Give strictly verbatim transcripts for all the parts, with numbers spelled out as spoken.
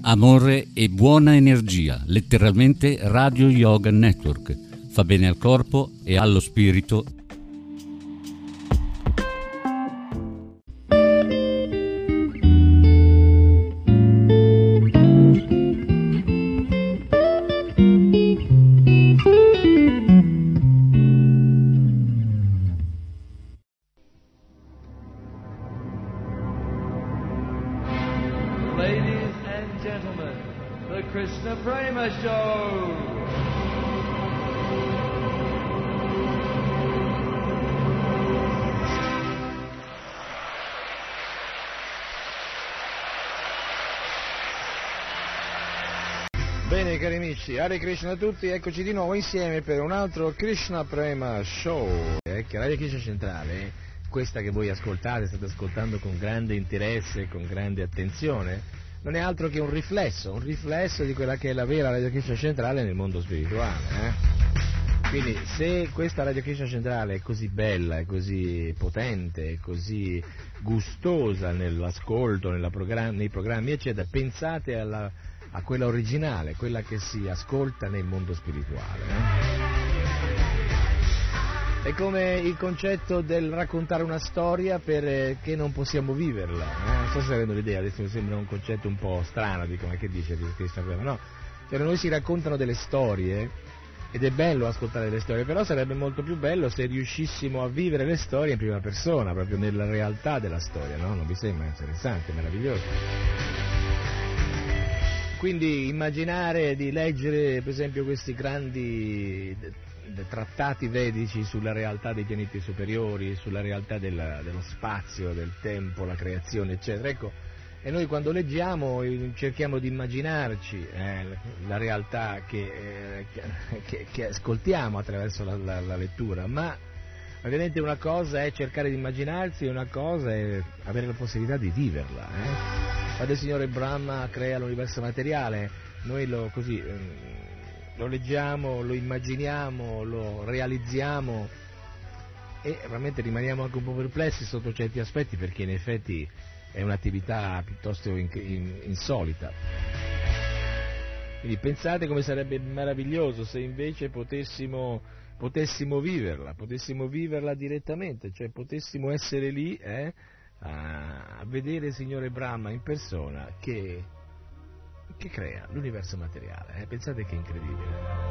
Amore e buona energia, letteralmente Radio Yoga Network. Fa bene al corpo e allo spirito. Bene cari amici, Hare Krishna a tutti, eccoci di nuovo insieme per un altro Krishna Prema Show. Ecco, Radio Krishna Centrale, questa che voi ascoltate, state ascoltando con grande interesse, con grande attenzione, non è altro che un riflesso, un riflesso di quella che è la vera Radio Krishna Centrale nel mondo spirituale. Eh? Quindi se questa Radio Krishna Centrale è così bella, è così potente, è così gustosa nell'ascolto, nella programma, nei programmi eccetera, pensate alla a quella originale, quella che si ascolta nel mondo spirituale. Eh? È come il concetto del raccontare una storia perché non possiamo viverla. Eh? Non so se avendo l'idea, adesso mi sembra un concetto un po' strano, dico, ma che dice Krishna Prema? No, cioè noi si raccontano delle storie ed è bello ascoltare le storie, però sarebbe molto più bello se riuscissimo a vivere le storie in prima persona, proprio nella realtà della storia, no? Non vi sembra interessante, meraviglioso? Quindi immaginare di leggere per esempio questi grandi trattati vedici sulla realtà dei pianeti superiori, sulla realtà della, dello spazio, del tempo, la creazione eccetera, ecco, e noi quando leggiamo cerchiamo di immaginarci eh, la realtà che, eh, che, che ascoltiamo attraverso la, la, la lettura, ma ovviamente una cosa è cercare di immaginarsi e una cosa è avere la possibilità di viverla. Eh? Quando il Signore Brahma crea l'universo materiale, noi lo, così, lo leggiamo, lo immaginiamo, lo realizziamo e veramente rimaniamo anche un po' perplessi sotto certi aspetti, perché in effetti è un'attività piuttosto in, in, insolita. Quindi pensate come sarebbe meraviglioso se invece potessimo, potessimo viverla, potessimo viverla direttamente, cioè potessimo essere lì, eh, a vedere il Signore Brahma in persona che, che crea l'universo materiale. Eh? Pensate che incredibile.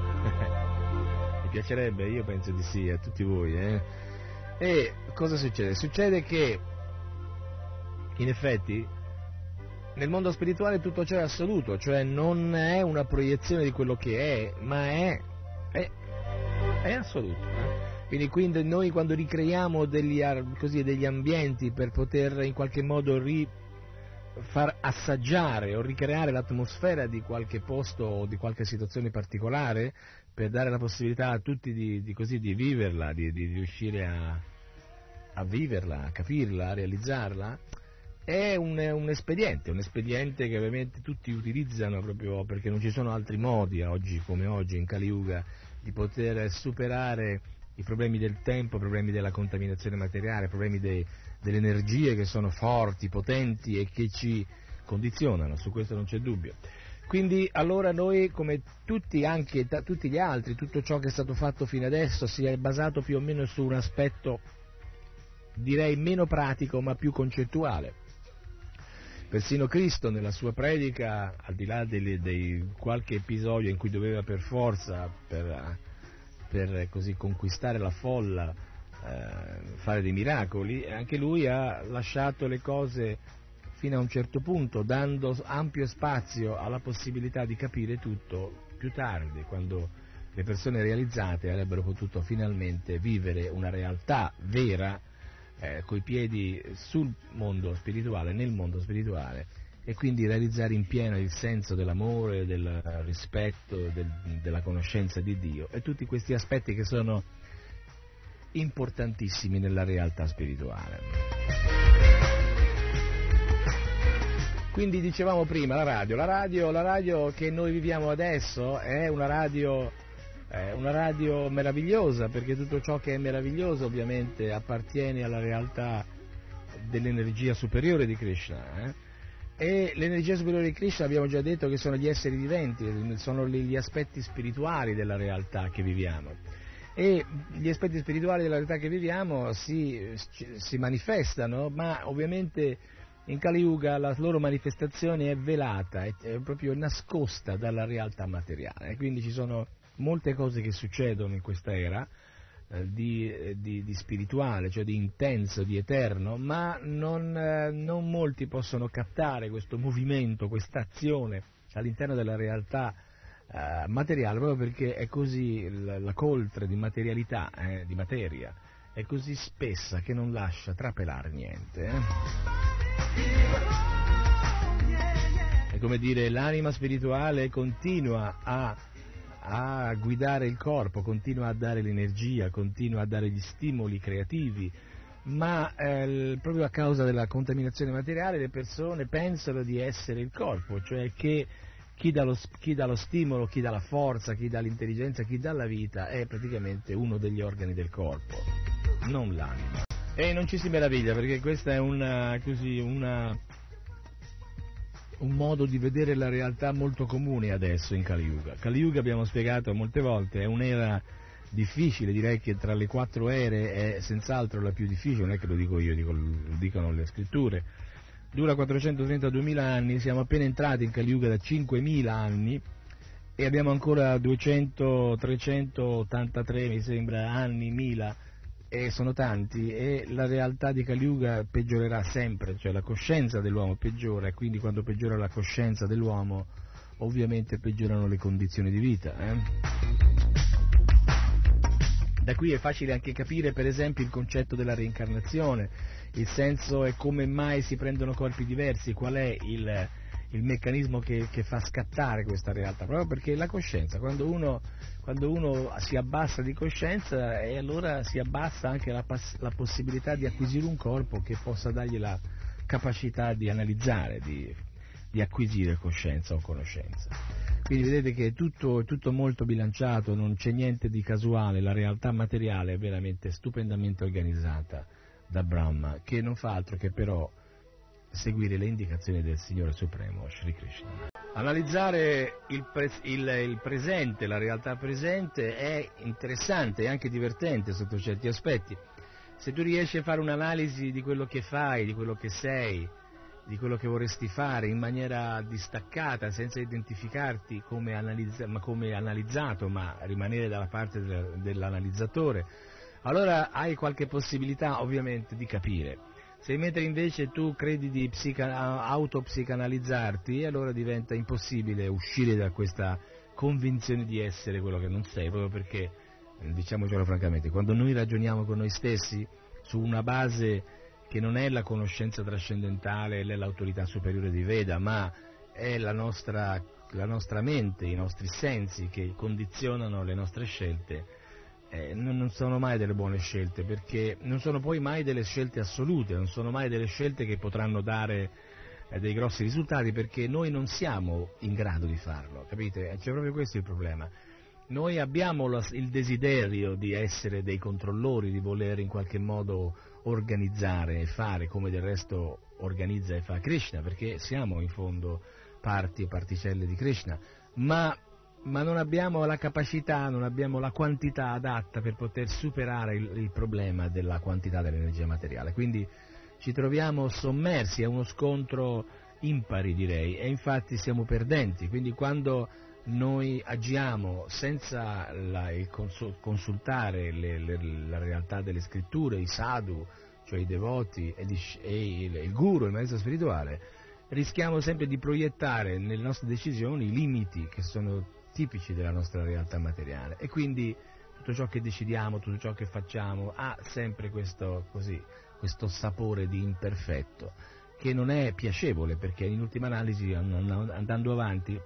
Mi piacerebbe, io penso di sì, a tutti voi. Eh? E cosa succede? Succede che in effetti nel mondo spirituale tutto ciò è assoluto, cioè non è una proiezione di quello che è, ma è, è, è assoluto. Eh? Quindi, quindi noi quando ricreiamo degli, così, degli ambienti per poter in qualche modo ri, far assaggiare o ricreare l'atmosfera di qualche posto o di qualche situazione particolare, per dare la possibilità a tutti di, di, così, di viverla, di, di riuscire a, a viverla, a capirla, a realizzarla, è un, un espediente, un espediente che ovviamente tutti utilizzano proprio perché non ci sono altri modi oggi come oggi in Kali Yuga di poter superare i problemi del tempo, i problemi della contaminazione materiale, i problemi de, delle energie che sono forti, potenti e che ci condizionano, su questo non c'è dubbio. Quindi allora noi, come tutti, anche da, tutti gli altri, tutto ciò che è stato fatto fino adesso si è basato più o meno su un aspetto, direi, meno pratico ma più concettuale. Persino Cristo nella sua predica, al di là dei, dei qualche episodio in cui doveva per forza, per... per così conquistare la folla, eh, fare dei miracoli, anche lui ha lasciato le cose fino a un certo punto, dando ampio spazio alla possibilità di capire tutto più tardi, quando le persone realizzate avrebbero potuto finalmente vivere una realtà vera, eh, coi piedi sul mondo spirituale, nel mondo spirituale, e quindi realizzare in pieno il senso dell'amore, del rispetto, del, della conoscenza di Dio e tutti questi aspetti che sono importantissimi nella realtà spirituale. Quindi dicevamo prima la radio, la radio, la radio che noi viviamo adesso è una radio, è una radio meravigliosa, perché tutto ciò che è meraviglioso ovviamente appartiene alla realtà dell'energia superiore di Krishna, eh? E l'energia superiore di Krishna abbiamo già detto che sono gli esseri viventi, sono gli aspetti spirituali della realtà che viviamo. E gli aspetti spirituali della realtà che viviamo si, si manifestano, ma ovviamente in Kali Yuga la loro manifestazione è velata, è, è proprio nascosta dalla realtà materiale. Quindi ci sono molte cose che succedono in questa era eh, di, di, di spirituale, cioè di intenso, di eterno, ma non, eh, non molti possono captare questo movimento, questa azione all'interno della realtà Uh, materiale, proprio perché è così, la, la coltre di materialità, eh, di materia, è così spessa che non lascia trapelare niente. Eh? È come dire, l'anima spirituale continua a, a guidare il corpo, continua a dare l'energia, continua a dare gli stimoli creativi, ma eh, proprio a causa della contaminazione materiale le persone pensano di essere il corpo, cioè che Chi dà, lo, chi dà lo stimolo, chi dà la forza, chi dà l'intelligenza, chi dà la vita è praticamente uno degli organi del corpo, non l'anima. E non ci si meraviglia, perché questo è una, così, una, un modo di vedere la realtà molto comune adesso in Kali Yuga. Kali Yuga, abbiamo spiegato molte volte, è un'era difficile, direi che tra le quattro ere è senz'altro la più difficile, non è che lo dico io, dico, lo dicono le scritture. Dura quattrocentotrentaduemila anni, siamo appena entrati in Kali Yuga da cinquemila anni e abbiamo ancora duecento, trecentottantatré mi sembra anni, mila, e sono tanti, e la realtà di Kali Yuga peggiorerà sempre, cioè la coscienza dell'uomo peggiora, e quindi quando peggiora la coscienza dell'uomo ovviamente peggiorano le condizioni di vita. Eh? Da qui è facile anche capire per esempio il concetto della reincarnazione, il senso è come mai si prendono corpi diversi, qual è il, il meccanismo che, che fa scattare questa realtà, proprio perché la coscienza, quando uno, quando uno si abbassa di coscienza, e allora si abbassa anche la, la possibilità di acquisire un corpo che possa dargli la capacità di analizzare, di, di acquisire coscienza o conoscenza. Quindi vedete che è tutto, tutto molto bilanciato, non c'è niente di casuale, la realtà materiale è veramente stupendamente organizzata da Brahma, che non fa altro che però seguire le indicazioni del Signore Supremo, Shri Krishna. Analizzare il, pre- il, il presente, la realtà presente, è interessante e anche divertente sotto certi aspetti. Se tu riesci a fare un'analisi di quello che fai, di quello che sei, di quello che vorresti fare in maniera distaccata, senza identificarti come, analizza- ma come analizzato, ma rimanere dalla parte del, dell'analizzatore, allora hai qualche possibilità ovviamente di capire. Se mentre invece tu credi di psica- autopsicanalizzarti, allora diventa impossibile uscire da questa convinzione di essere quello che non sei, proprio perché, diciamocelo francamente, quando noi ragioniamo con noi stessi su una base che non è la conoscenza trascendentale, è l'autorità superiore di Veda, ma è la nostra, la nostra mente, i nostri sensi che condizionano le nostre scelte, eh, non sono mai delle buone scelte, perché non sono poi mai delle scelte assolute, non sono mai delle scelte che potranno dare eh, dei grossi risultati, perché noi non siamo in grado di farlo, capite? C'è proprio questo il problema. Noi abbiamo il desiderio di essere dei controllori, di voler in qualche modo organizzare e fare come del resto organizza e fa Krishna, perché siamo in fondo parti e particelle di Krishna, ma, ma non abbiamo la capacità, non abbiamo la quantità adatta per poter superare il, il problema della quantità dell'energia materiale, quindi ci troviamo sommersi a uno scontro impari, direi, e infatti siamo perdenti. Quindi quando noi agiamo senza la, il consultare le, le, la realtà delle scritture, i sadhu, cioè i devoti, e, di, e il, il guru, il maestro spirituale, rischiamo sempre di proiettare nelle nostre decisioni i limiti che sono tipici della nostra realtà materiale, e quindi tutto ciò che decidiamo, tutto ciò che facciamo ha sempre questo, così, questo sapore di imperfetto, che non è piacevole, perché in ultima analisi, andando avanti,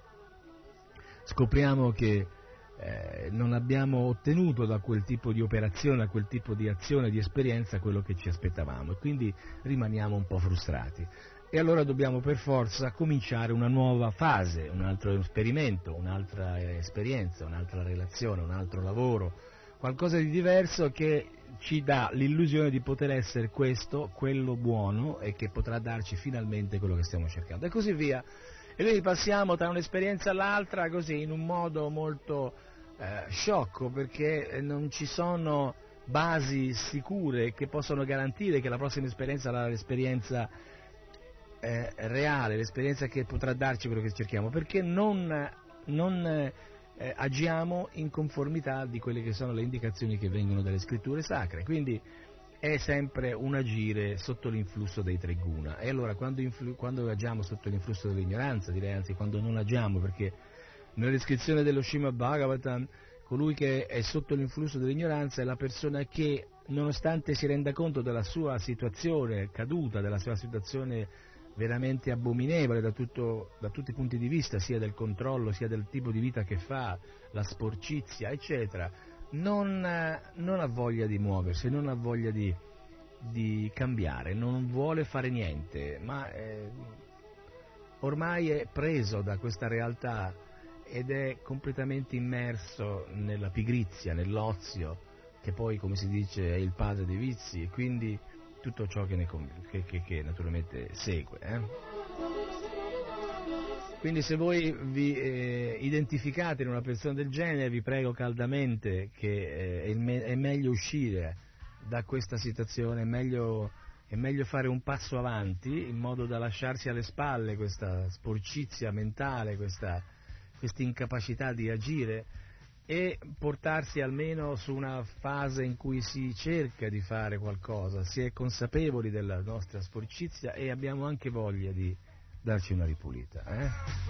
scopriamo che eh, non abbiamo ottenuto da quel tipo di operazione, da quel tipo di azione, di esperienza, quello che ci aspettavamo, e quindi rimaniamo un po' frustrati. E allora dobbiamo per forza cominciare una nuova fase, un altro esperimento, un'altra esperienza, un'altra relazione, un altro lavoro, qualcosa di diverso che ci dà l'illusione di poter essere questo, quello buono e che potrà darci finalmente quello che stiamo cercando e così via. E quindi passiamo tra un'esperienza all'altra così in un modo molto eh, sciocco, perché non ci sono basi sicure che possono garantire che la prossima esperienza sarà l'esperienza eh, reale, l'esperienza che potrà darci quello che cerchiamo, perché non, non eh, agiamo in conformità di quelle che sono le indicazioni che vengono dalle scritture sacre, quindi è sempre un agire sotto l'influsso dei tre guna. E allora quando, influ- quando agiamo sotto l'influsso dell'ignoranza, direi anzi quando non agiamo, perché nella descrizione dello Srimad Bhagavatam colui che è sotto l'influsso dell'ignoranza è la persona che, nonostante si renda conto della sua situazione caduta, della sua situazione veramente abominevole da, tutto, da tutti i punti di vista, sia del controllo, sia del tipo di vita che fa, la sporcizia, eccetera, non, non ha voglia di muoversi, non ha voglia di, di cambiare, non vuole fare niente, ma eh, ormai è preso da questa realtà ed è completamente immerso nella pigrizia, nell'ozio, che poi, come si dice, è il padre dei vizi, e quindi tutto ciò che, ne, che, che, che naturalmente segue. Eh? Quindi se voi vi eh, identificate in una persona del genere, vi prego caldamente che eh, è, me- è meglio uscire da questa situazione, è meglio, è meglio fare un passo avanti in modo da lasciarsi alle spalle questa sporcizia mentale, questa questa incapacità di agire e portarsi almeno su una fase in cui si cerca di fare qualcosa, si è consapevoli della nostra sporcizia e abbiamo anche voglia di darci una ripulita. Eh?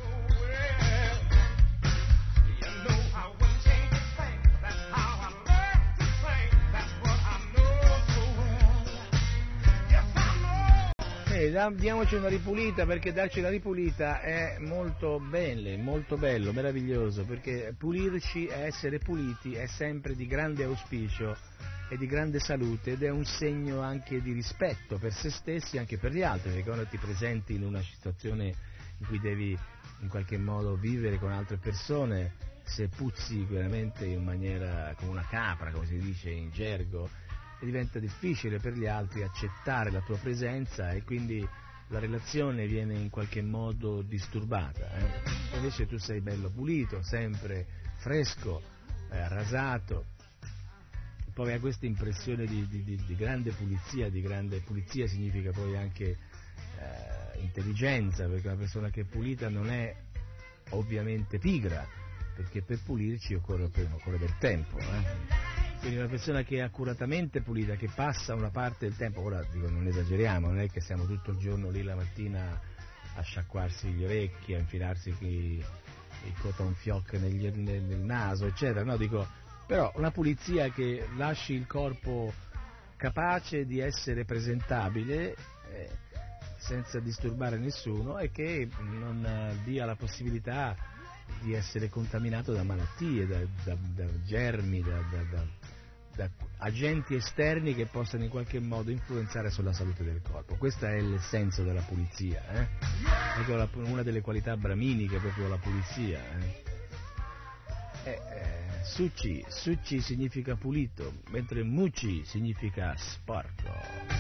Diamoci una ripulita, perché darci una ripulita è molto bello, molto bello, meraviglioso, perché pulirci e essere puliti è sempre di grande auspicio e di grande salute ed è un segno anche di rispetto per se stessi e anche per gli altri, perché quando ti presenti in una situazione in cui devi in qualche modo vivere con altre persone, se puzzi veramente in maniera come una capra, come si dice in gergo, diventa difficile per gli altri accettare la tua presenza e quindi la relazione viene in qualche modo disturbata. Eh? Invece tu sei bello pulito, sempre fresco, eh, rasato, poi hai questa impressione di, di, di, di grande pulizia, di grande pulizia significa poi anche eh, intelligenza, perché una persona che è pulita non è ovviamente pigra, perché per pulirci occorre, occorre del tempo. Eh? Quindi una persona che è accuratamente pulita, che passa una parte del tempo, ora dico non esageriamo, non è che siamo tutto il giorno lì la mattina a sciacquarsi gli orecchi, a infilarsi i, i cotton fioc negli, nel, nel naso, eccetera, no, dico, però una pulizia che lasci il corpo capace di essere presentabile, eh, senza disturbare nessuno e che non eh, dia la possibilità di essere contaminato da malattie, da, da, da germi, da, da, da, da agenti esterni che possano in qualche modo influenzare sulla salute del corpo. Questo è il senso della pulizia, eh? È una delle qualità brahminiche, proprio la pulizia. Eh? Eh, eh, suci, suci significa pulito, mentre muci significa sporco.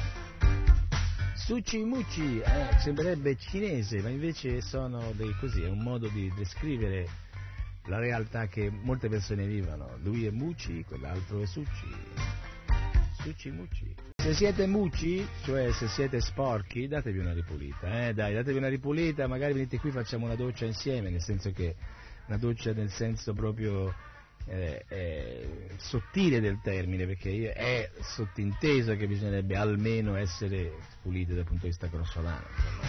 Suci muci, eh, sembrerebbe cinese, ma invece sono dei così, è un modo di descrivere la realtà che molte persone vivono. Lui è muci, quell'altro è suci. Suci muci. Se siete muci, cioè se siete sporchi, datevi una ripulita, eh, dai, datevi una ripulita, magari venite qui, facciamo una doccia insieme, nel senso che una doccia nel senso proprio eh, eh, sottile del termine, perché è sottinteso che bisognerebbe almeno essere puliti dal punto di vista grossolano.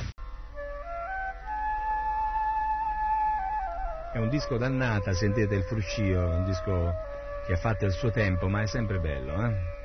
È un disco dannata, sentite il fruscio, è un disco che ha fatto il suo tempo, ma è sempre bello, eh?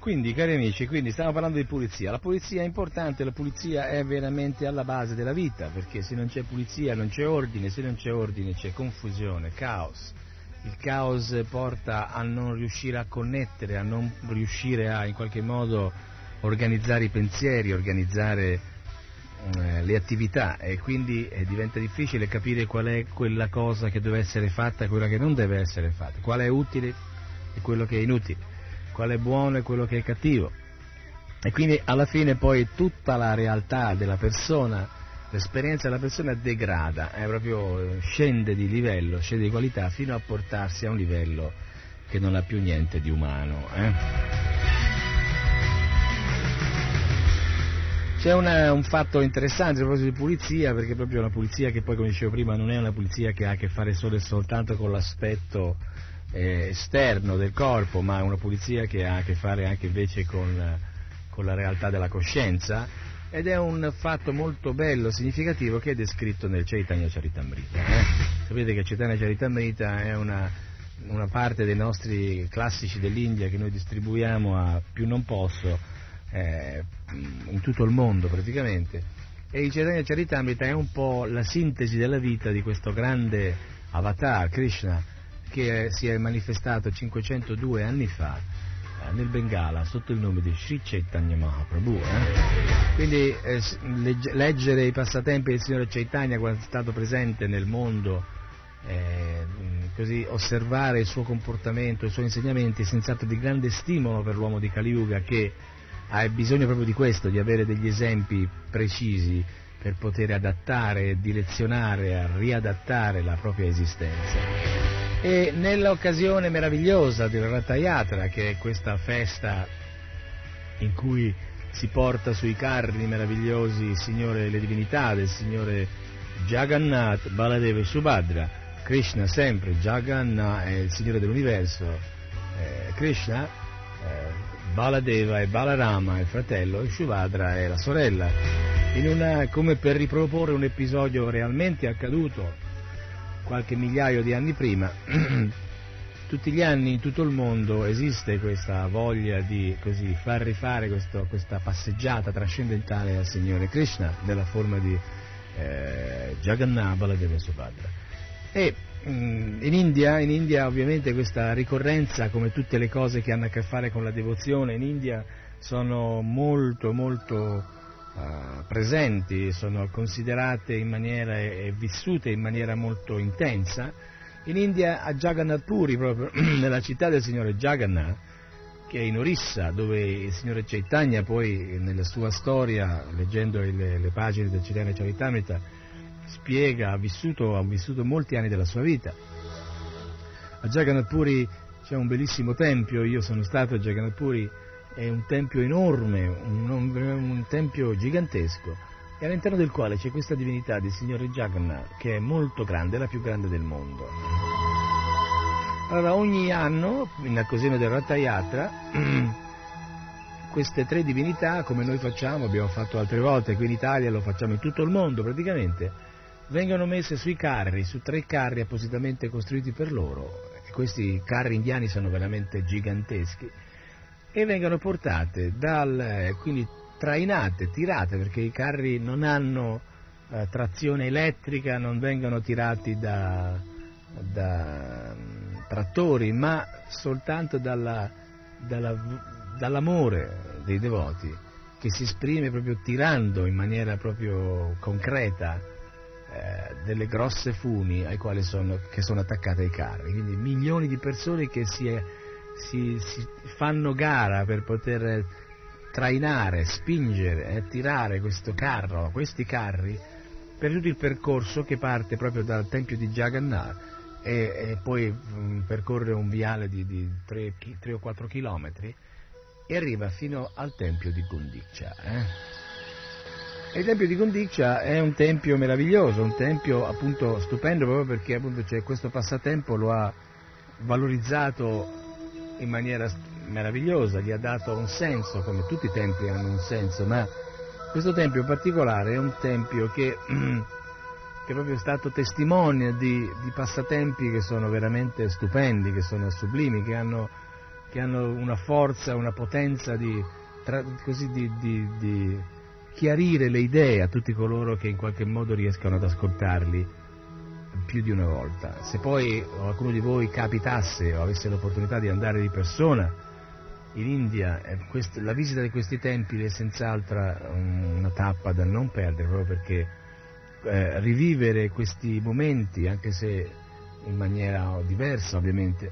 Quindi, cari amici, quindi stiamo parlando di pulizia. La pulizia è importante, la pulizia è veramente alla base della vita, perché se non c'è pulizia non c'è ordine, se non c'è ordine c'è confusione, caos. Il caos porta a non riuscire a connettere, a non riuscire a in qualche modo organizzare i pensieri, organizzare eh, le attività, e quindi eh, diventa difficile capire qual è quella cosa che deve essere fatta e quella che non deve essere fatta, qual è utile e quello che è inutile, qual è buono e quello che è cattivo. E quindi alla fine poi tutta la realtà della persona, l'esperienza della persona degrada, è proprio scende di livello, scende di qualità fino a portarsi a un livello che non ha più niente di umano. Eh? C'è una, un fatto interessante a proposito di pulizia, perché proprio una pulizia che poi, come dicevo prima, non è una pulizia che ha a che fare solo e soltanto con l'aspetto eh, esterno del corpo, ma è una pulizia che ha a che fare anche invece con, con la realtà della coscienza. Ed è un fatto molto bello, significativo, che è descritto nel Chaitanya Charitamrita. Eh? Sapete che Chaitanya Charitamrita è una, una parte dei nostri classici dell'India che noi distribuiamo a più non posso, eh, in tutto il mondo praticamente. E il Chaitanya Charitamrita è un po' la sintesi della vita di questo grande avatar, Krishna, che si è manifestato cinquecentodue anni fa nel Bengala sotto il nome di Sri Chaitanya Mahaprabhu. Eh? Quindi eh, leggere i passatempi del Signore Chaitanya quando è stato presente nel mondo, eh, così osservare il suo comportamento, i suoi insegnamenti, è senz'altro di grande stimolo per l'uomo di Kali Yuga, che ha bisogno proprio di questo, di avere degli esempi precisi per poter adattare, direzionare, riadattare la propria esistenza. E nell'occasione meravigliosa del Ratha Yatra, che è questa festa in cui si porta sui carri meravigliosi il Signore, le divinità del Signore Jagannath, Baladeva e Subhadra, Krishna sempre, Jagannath è il Signore dell'universo, eh, Krishna, eh, Baladeva e Balarama è il fratello e Subhadra è la sorella, in una, come per riproporre un episodio realmente accaduto qualche migliaio di anni prima. Tutti gli anni in tutto il mondo esiste questa voglia di così far rifare questo, questa passeggiata trascendentale al Signore Krishna nella forma di eh, Jagannath, Baladeva e Subhadra. E mh, in India, in India ovviamente questa ricorrenza, come tutte le cose che hanno a che fare con la devozione, in India sono molto molto Uh, presenti, sono considerate in maniera e vissute in maniera molto intensa. In India, a Jagannath Puri, proprio nella città del Signore Jagannath, che è in Orissa, dove il Signore Chaitanya poi nella sua storia, leggendo le, le pagine del Chaitanya Charitamrita, spiega, ha vissuto, ha vissuto molti anni della sua vita. A Jagannath Puri c'è un bellissimo tempio, io sono stato a Jagannath Puri, è un tempio enorme, un, un tempio gigantesco, e all'interno del quale c'è questa divinità del Signore Jagannath, che è molto grande, la più grande del mondo. Allora ogni anno, in occasione del Ratha Yatra, queste tre divinità, come noi facciamo, abbiamo fatto altre volte qui in Italia, lo facciamo in tutto il mondo praticamente, vengono messe sui carri, su tre carri appositamente costruiti per loro, e questi carri indiani sono veramente giganteschi, e vengono portate dal, quindi trainate, tirate, perché i carri non hanno eh, trazione elettrica, non vengono tirati da, da um, trattori, ma soltanto dalla, dalla, dall'amore dei devoti, che si esprime proprio tirando in maniera proprio concreta eh, delle grosse funi ai quali sono, che sono attaccate ai carri. Quindi milioni di persone che si è Si, si fanno gara per poter trainare, spingere e tirare questo carro, questi carri, per tutto il percorso che parte proprio dal tempio di Jagannath e, e poi mh, percorre un viale di, di tre o quattro chilometri e arriva fino al tempio di Gundicha. Eh? E il tempio di Gundicha è un tempio meraviglioso, un tempio appunto stupendo, proprio perché appunto c'è questo passatempo, lo ha valorizzato in maniera meravigliosa, gli ha dato un senso, come tutti i templi hanno un senso, ma questo tempio in particolare è un tempio che, che è proprio stato testimone di, di passatempi che sono veramente stupendi, che sono sublimi, che hanno, che che hanno una forza, una potenza di, tra, così di, di, di chiarire le idee a tutti coloro che in qualche modo riescano ad ascoltarli più di una volta. Se poi qualcuno di voi capitasse o avesse l'opportunità di andare di persona in India, eh, quest, la visita di questi templi è senz'altro una tappa da non perdere, proprio perché eh, rivivere questi momenti, anche se in maniera diversa ovviamente,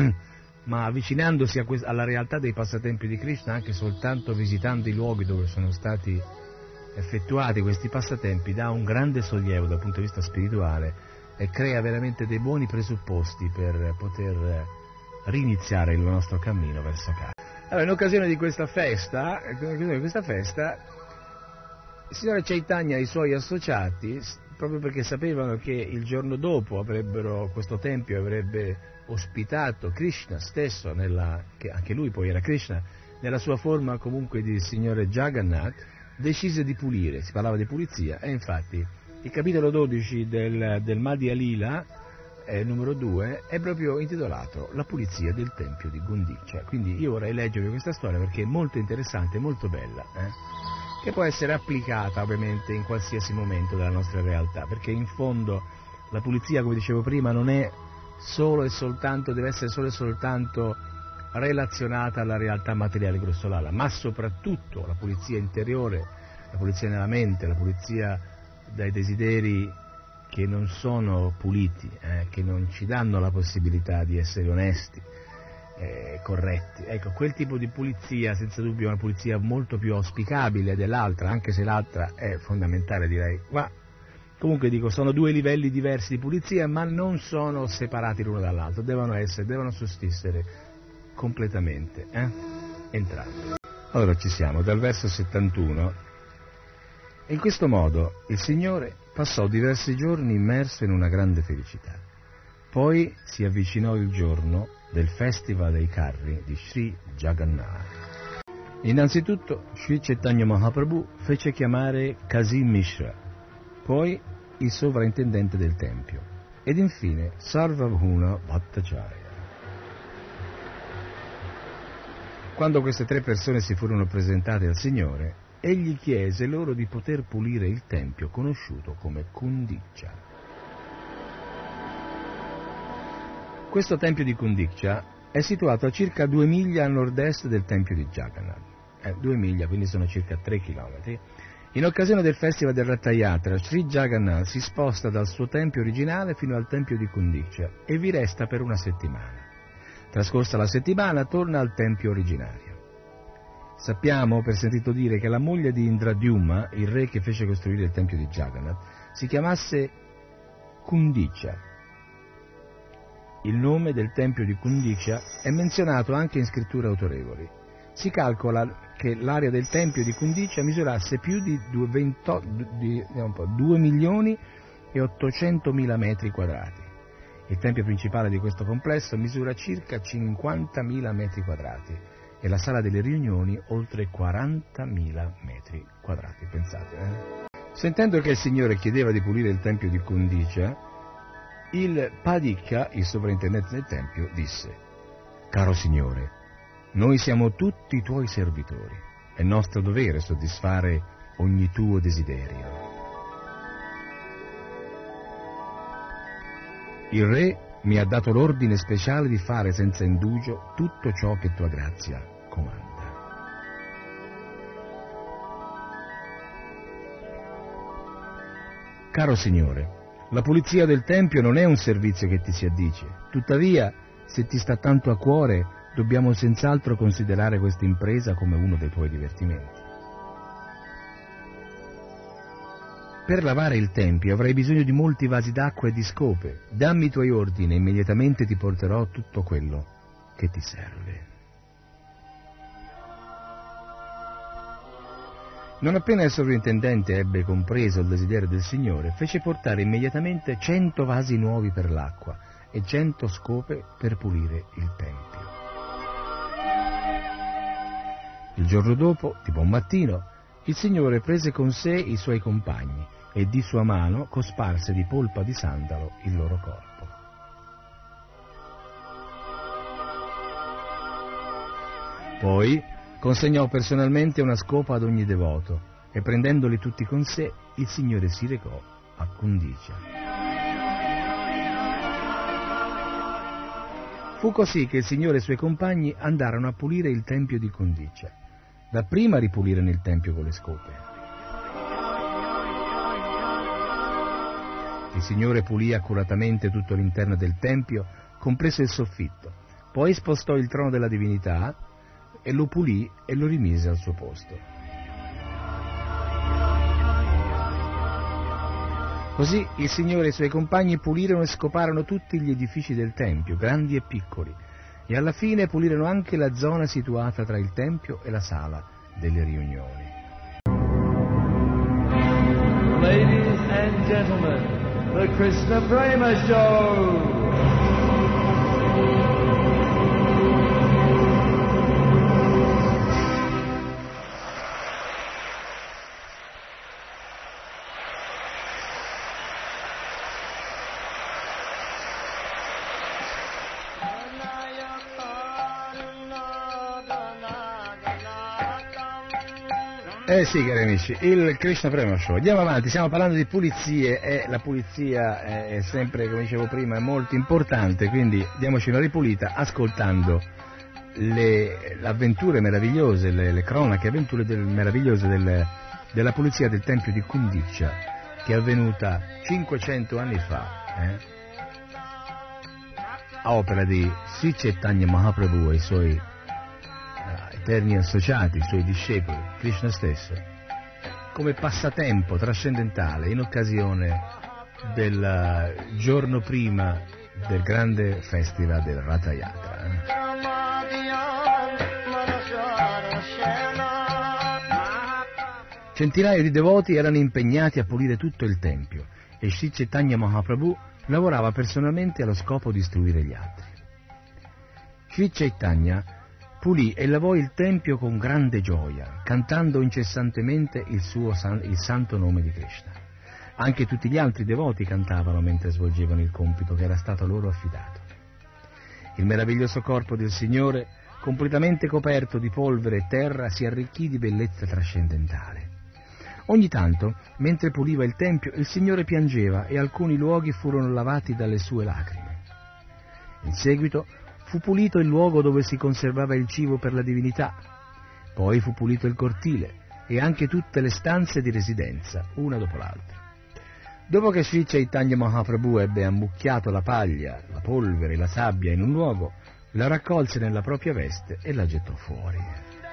ma avvicinandosi a quest- alla realtà dei passatempi di Krishna, anche soltanto visitando i luoghi dove sono stati effettuati questi passatempi, dà un grande sollievo dal punto di vista spirituale e crea veramente dei buoni presupposti per poter riniziare il nostro cammino verso casa. Allora, in occasione di questa festa, in occasione di questa festa, il signore Chaitanya e i suoi associati, proprio perché sapevano che il giorno dopo avrebbero, questo tempio avrebbe ospitato Krishna stesso, nella, che anche lui poi era Krishna, nella sua forma comunque di signore Jagannath, decise di pulire, si parlava di pulizia, e infatti il capitolo dodici del, del Madhya Lila, eh, numero due, è proprio intitolato La pulizia del tempio di Gundicha. Quindi io vorrei leggervi questa storia perché è molto interessante, molto bella, eh? che può essere applicata ovviamente in qualsiasi momento della nostra realtà, perché in fondo la pulizia, come dicevo prima, non è solo e soltanto, deve essere solo e soltanto relazionata alla realtà materiale grossolana, ma soprattutto la pulizia interiore, la pulizia nella mente, la pulizia dai desideri che non sono puliti, eh, che non ci danno la possibilità di essere onesti, eh, corretti. Ecco, quel tipo di pulizia senza dubbio è una pulizia molto più auspicabile dell'altra, anche se l'altra è fondamentale, direi. Ma comunque dico, sono due livelli diversi di pulizia, ma non sono separati l'uno dall'altro, devono essere, devono sussistere completamente, eh? entrambi. Allora ci siamo, dal verso settantuno. In questo modo il Signore passò diversi giorni immerso in una grande felicità. Poi si avvicinò il giorno del Festival dei carri di Sri Jagannath. Innanzitutto Sri Chaitanya Mahaprabhu fece chiamare Kasim Mishra, poi il sovrintendente del tempio, ed infine Sarvabhuma Bhattacharya. Quando queste tre persone si furono presentate al Signore, egli chiese loro di poter pulire il tempio conosciuto come Kundicha. Questo tempio di Kundicha è situato a circa due miglia a nord-est del tempio di Jagannath. Eh, due miglia, quindi sono circa tre chilometri. In occasione del Festival del Ratha Yatra, Sri Jagannath si sposta dal suo tempio originale fino al tempio di Kundicha e vi resta per una settimana. Trascorsa la settimana, torna al tempio originario. Sappiamo, per sentito dire, che la moglie di Indradyumna, il re che fece costruire il tempio di Jagannath, si chiamasse Kundicha. Il nome del tempio di Kundicha è menzionato anche in scritture autorevoli. Si calcola che l'area del tempio di Kundicha misurasse più di due milioni e ottocentomila metri quadrati. Il tempio principale di questo complesso misura circa cinquantamila metri quadrati e la sala delle riunioni oltre quarantamila metri quadrati, pensate. Eh? Sentendo che il Signore chiedeva di pulire il tempio di Kundicha, il Padikka, il sovrintendente del tempio, disse: «Caro Signore, noi siamo tutti i tuoi servitori, è nostro dovere soddisfare ogni tuo desiderio». Il re mi ha dato l'ordine speciale di fare senza indugio tutto ciò che tua grazia comanda. Caro Signore, la pulizia del Tempio non è un servizio che ti si addice, tuttavia, se ti sta tanto a cuore, dobbiamo senz'altro considerare questa impresa come uno dei tuoi divertimenti. Per lavare il Tempio avrai bisogno di molti vasi d'acqua e di scope. Dammi i tuoi ordini e immediatamente ti porterò tutto quello che ti serve. Non appena il sovrintendente ebbe compreso il desiderio del Signore, fece portare immediatamente cento vasi nuovi per l'acqua e cento scope per pulire il Tempio. Il giorno dopo, di buon mattino, il Signore prese con sé i suoi compagni e di sua mano cosparse di polpa di sandalo il loro corpo. Poi consegnò personalmente una scopa ad ogni devoto e prendendoli tutti con sé, il Signore si recò a Kundicia. Fu così che il Signore e i suoi compagni andarono a pulire il tempio di Kundicia. Dapprima ripulirono il tempio con le scope. Il Signore pulì accuratamente tutto l'interno del tempio, compreso il soffitto. Poi spostò il trono della divinità e lo pulì e lo rimise al suo posto. Così il Signore e i suoi compagni pulirono e scoparono tutti gli edifici del tempio, grandi e piccoli, e alla fine pulirono anche la zona situata tra il tempio e la sala delle riunioni. Ladies and gentlemen, the Krishna Prema Show! Eh sì, cari amici, il Krishna Prema Show. Andiamo avanti, stiamo parlando di pulizie e la pulizia è sempre, come dicevo prima, è molto importante, quindi diamoci una ripulita ascoltando le avventure meravigliose, le, le cronache avventure del, meravigliose del, della pulizia del Tempio di Kundicia, che è avvenuta cinquecento anni fa, eh, a opera di Sri Chaitanya Mahaprabhu e i suoi eterni associati, i suoi discepoli, Krishna stesso, come passatempo trascendentale in occasione del giorno prima del grande festival del Ratha Yatra. Centinaia di devoti erano impegnati a pulire tutto il tempio e Sri Chaitanya Mahaprabhu lavorava personalmente allo scopo di istruire gli altri. Sri Chaitanya pulì e lavò il tempio con grande gioia, cantando incessantemente il suo san- il santo nome di Krishna. Anche tutti gli altri devoti cantavano mentre svolgevano il compito che era stato loro affidato. Il meraviglioso corpo del Signore, completamente coperto di polvere e terra, si arricchì di bellezza trascendentale. Ogni tanto, mentre puliva il tempio, il Signore piangeva e alcuni luoghi furono lavati dalle sue lacrime. In seguito fu pulito il luogo dove si conservava il cibo per la divinità, poi fu pulito il cortile e anche tutte le stanze di residenza, una dopo l'altra. Dopo che Sri Chaitanya Mahaprabhu ebbe ammucchiato la paglia, la polvere e la sabbia in un luogo, la raccolse nella propria veste e la gettò fuori.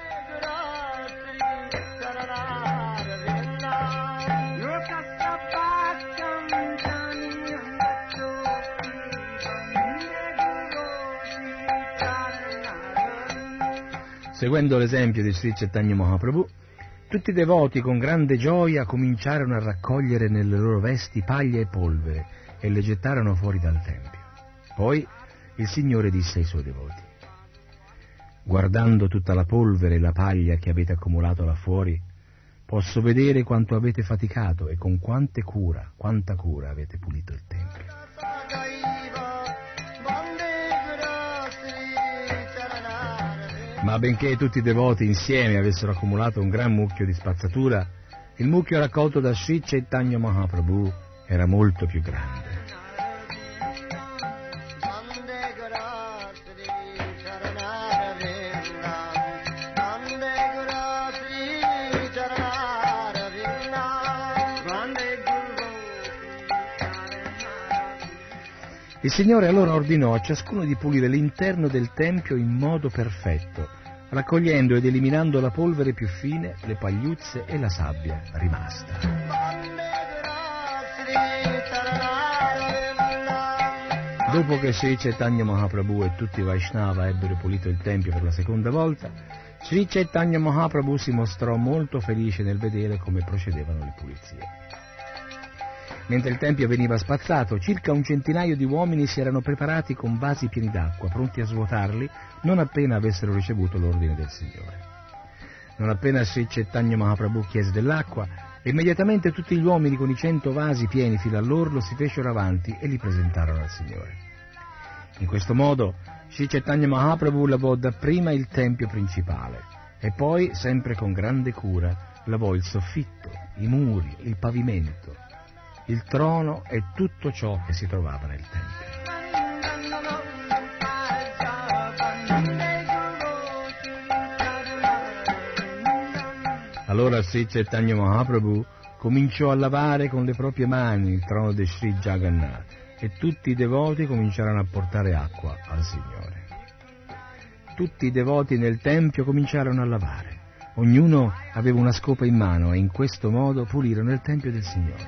Seguendo l'esempio di Sri Chaitanya Mahaprabhu, tutti i devoti con grande gioia cominciarono a raccogliere nelle loro vesti paglia e polvere e le gettarono fuori dal tempio. Poi il Signore disse ai suoi devoti: guardando tutta la polvere e la paglia che avete accumulato là fuori, posso vedere quanto avete faticato e con quante cura, quanta cura avete pulito il tempio. Ma benché tutti i devoti insieme avessero accumulato un gran mucchio di spazzatura, il mucchio raccolto da Sri Chaitanya Mahaprabhu era molto più grande. Il Signore allora ordinò a ciascuno di pulire l'interno del tempio in modo perfetto, raccogliendo ed eliminando la polvere più fine, le pagliuzze e la sabbia rimasta. Dopo che Sri Chaitanya Mahaprabhu e tutti i Vaishnava ebbero pulito il tempio per la seconda volta, Sri Chaitanya Mahaprabhu si mostrò molto felice nel vedere come procedevano le pulizie. Mentre il tempio veniva spazzato, circa un centinaio di uomini si erano preparati con vasi pieni d'acqua, pronti a svuotarli non appena avessero ricevuto l'ordine del Signore. Non appena Sri Chaitanya Mahaprabhu chiese dell'acqua, immediatamente tutti gli uomini con i cento vasi pieni fino all'orlo si fecero avanti e li presentarono al Signore. In questo modo Sri Chaitanya Mahaprabhu lavò dapprima il tempio principale e poi, sempre con grande cura, lavò il soffitto, i muri, il pavimento, il trono e tutto ciò che si trovava nel tempio. Allora Sri Chaitanya Mahaprabhu cominciò a lavare con le proprie mani il trono di Sri Jagannath e tutti i devoti cominciarono a portare acqua al Signore. Tutti i devoti nel tempio cominciarono a lavare. Ognuno aveva una scopa in mano e in questo modo pulirono il tempio del Signore.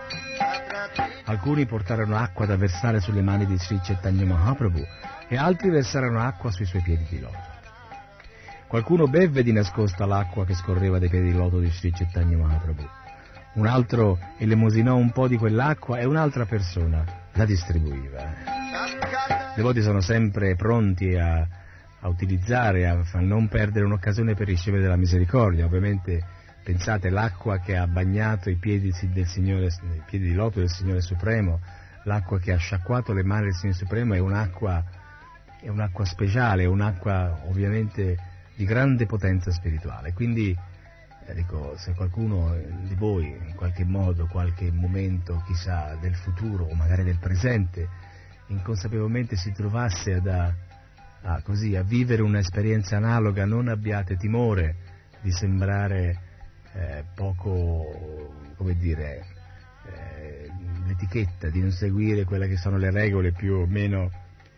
Alcuni portarono acqua da versare sulle mani di Sri Chaitanya Mahaprabhu e altri versarono acqua sui suoi piedi di loto. Qualcuno bevve di nascosto l'acqua che scorreva dai piedi di loto di Sri Chaitanya Mahaprabhu. Un altro elemosinò un po' di quell'acqua e un'altra persona la distribuiva. I devoti sono sempre pronti a, a utilizzare, a, a non perdere un'occasione per ricevere la misericordia. Ovviamente pensate, l'acqua che ha bagnato i piedi del Signore, i piedi di loto del Signore Supremo, l'acqua che ha sciacquato le mani del Signore Supremo è un'acqua, è un'acqua speciale, è un'acqua ovviamente di grande potenza spirituale. Quindi eh, dico, se qualcuno di voi in qualche modo, qualche momento, chissà, del futuro o magari del presente, inconsapevolmente si trovasse ad, a, a, così, a vivere un'esperienza analoga, non abbiate timore di sembrare eh, poco, come dire, eh, l'etichetta, di non seguire quelle che sono le regole più o meno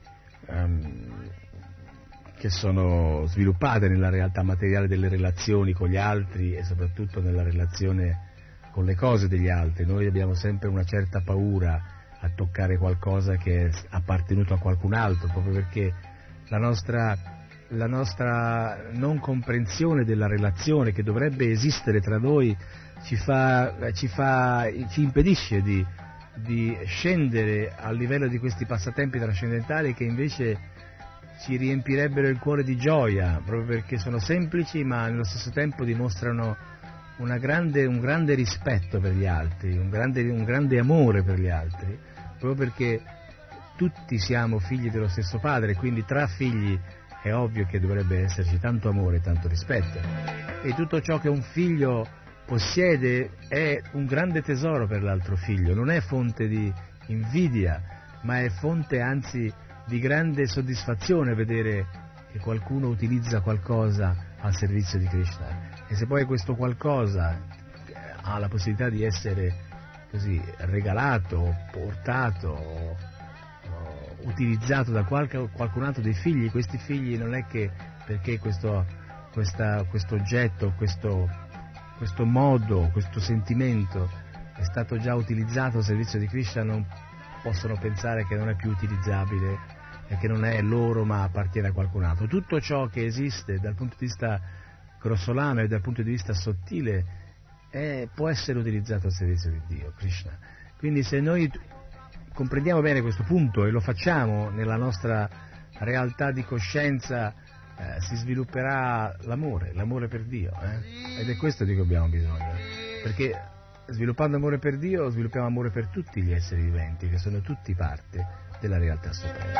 um, che sono sviluppate nella realtà materiale delle relazioni con gli altri e soprattutto nella relazione con le cose degli altri. Noi abbiamo sempre una certa paura a toccare qualcosa che è appartenuto a qualcun altro, proprio perché la nostra, la nostra non comprensione della relazione che dovrebbe esistere tra noi ci fa, ci fa, ci impedisce di, di scendere al livello di questi passatempi trascendentali che invece ci riempirebbero il cuore di gioia, proprio perché sono semplici ma nello stesso tempo dimostrano una grande, un grande rispetto per gli altri, un grande, un grande amore per gli altri, proprio perché tutti siamo figli dello stesso padre, quindi tra figli è ovvio che dovrebbe esserci tanto amore e tanto rispetto. E tutto ciò che un figlio possiede è un grande tesoro per l'altro figlio, non è fonte di invidia, ma è fonte anzi di grande soddisfazione vedere che qualcuno utilizza qualcosa al servizio di Krishna, e se poi questo qualcosa ha la possibilità di essere così regalato, portato, o, o, utilizzato da qualche, qualcun altro dei figli, questi figli non è che perché questo questa, questo oggetto, questo, questo modo, questo sentimento è stato già utilizzato al servizio di Krishna non possono pensare che non è più utilizzabile e che non è loro ma appartiene a qualcun altro. Tutto ciò che esiste dal punto di vista grossolano e dal punto di vista sottile è, può essere utilizzato al servizio di Dio, Krishna. Quindi se noi comprendiamo bene questo punto e lo facciamo nella nostra realtà di coscienza, eh, si svilupperà l'amore, l'amore per Dio, eh? Ed è questo di cui abbiamo bisogno, perché sviluppando amore per Dio sviluppiamo amore per tutti gli esseri viventi, che sono tutti parte della realtà suprema.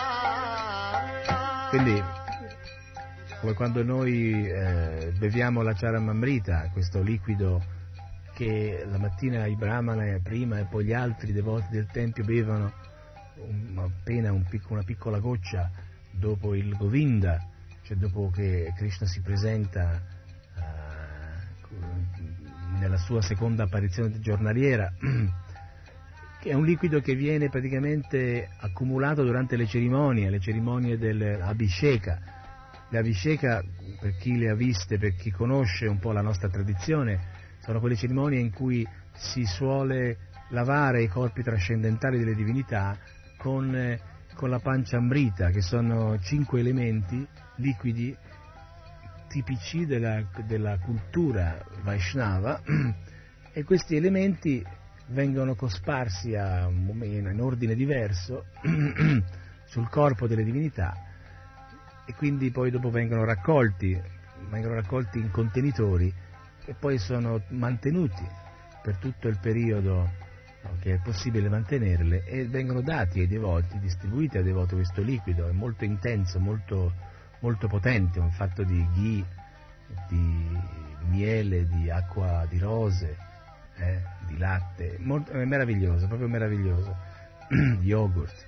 Quindi, come quando noi eh, beviamo la Charamamrita, questo liquido che la mattina i brahmana prima e poi gli altri devoti del tempio bevono un, appena un picco, una piccola goccia dopo il Govinda, cioè dopo che Krishna si presenta uh, nella sua seconda apparizione giornaliera, che è un liquido che viene praticamente accumulato durante le cerimonie, le cerimonie dell'Abhisheka. Le Abhisheka, per chi le ha viste, per chi conosce un po' la nostra tradizione, sono quelle cerimonie in cui si suole lavare i corpi trascendentali delle divinità con, eh, con la Panchamrita, che sono cinque elementi liquidi tipici della, della cultura Vaishnava, e questi elementi vengono cosparsi a, in ordine diverso sul corpo delle divinità e quindi poi dopo vengono raccolti, vengono raccolti in contenitori e poi sono mantenuti per tutto il periodo no, che è possibile mantenerle, e vengono dati ai devoti, distribuiti ai devoti questo liquido, è molto intenso, molto, molto potente, un fatto di ghee, di miele, di acqua di rose, eh, di latte, molto, è meraviglioso, proprio meraviglioso, yogurt.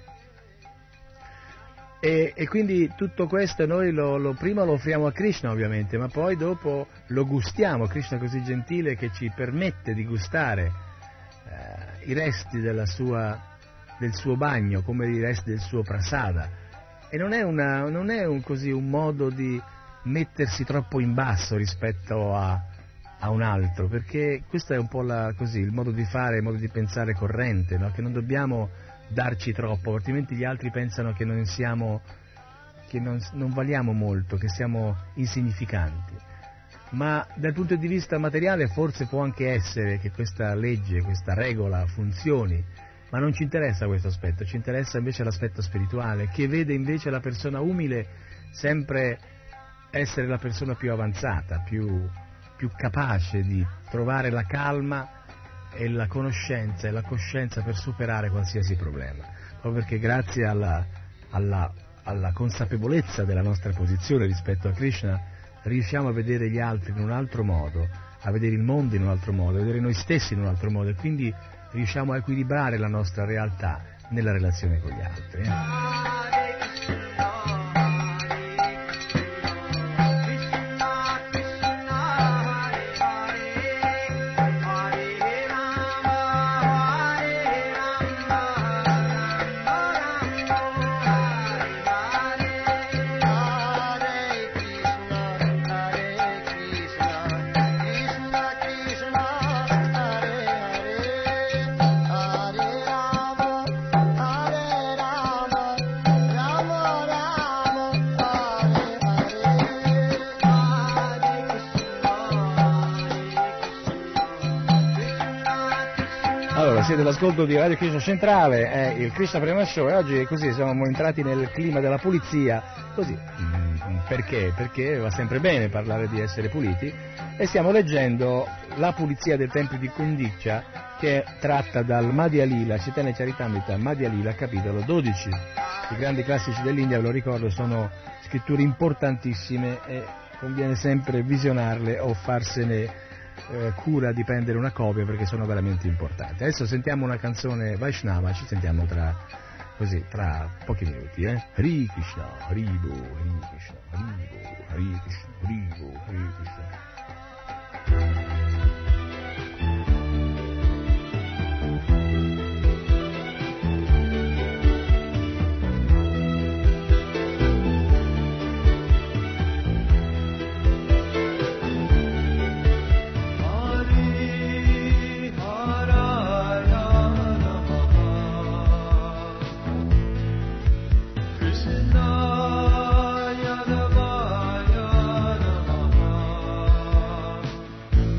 E, e quindi tutto questo noi lo, lo prima lo offriamo a Krishna ovviamente, ma poi dopo lo gustiamo. Krishna è così gentile che ci permette di gustare eh, i resti della sua, del suo bagno, come i resti del suo prasada, e non è, una, non è un, così un modo di mettersi troppo in basso rispetto a, a un altro, perché questo è un po' la, così, il modo di fare, il modo di pensare corrente, no? Che non dobbiamo darci troppo, altrimenti gli altri pensano che non siamo, che non, non valiamo molto, che siamo insignificanti. Ma dal punto di vista materiale forse può anche essere che questa legge, questa regola funzioni, ma non ci interessa questo aspetto, ci interessa invece l'aspetto spirituale, che vede invece la persona umile sempre essere la persona più avanzata, più, più capace di trovare la calma e la conoscenza e la coscienza per superare qualsiasi problema, proprio perché grazie alla, alla, alla consapevolezza della nostra posizione rispetto a Krishna riusciamo a vedere gli altri in un altro modo, a vedere il mondo in un altro modo, a vedere noi stessi in un altro modo, e quindi riusciamo a equilibrare la nostra realtà nella relazione con gli altri. Eh? Siete all'ascolto di Radio Krishna Centrale, è il Krishna Prema Show, e oggi così siamo entrati nel clima della pulizia, così, perché? Perché va sempre bene parlare di essere puliti, e stiamo leggendo La pulizia dei templi di Kundicha, che è tratta dal Madhya Lila, Chaitanya Charitamrita, Madhya Lila, capitolo dodici. I grandi classici dell'India, ve lo ricordo, sono scritture importantissime e conviene sempre visionarle o farsene Eh, cura di prendere una copia, perché sono veramente importanti. Adesso sentiamo una canzone Vaishnava, ci sentiamo tra, così, tra pochi minuti. eh? Hare Krishna, Haribo, Hare Krishna, Haribo, Hare Krishna, Haribo, Hare Krishna. Krishna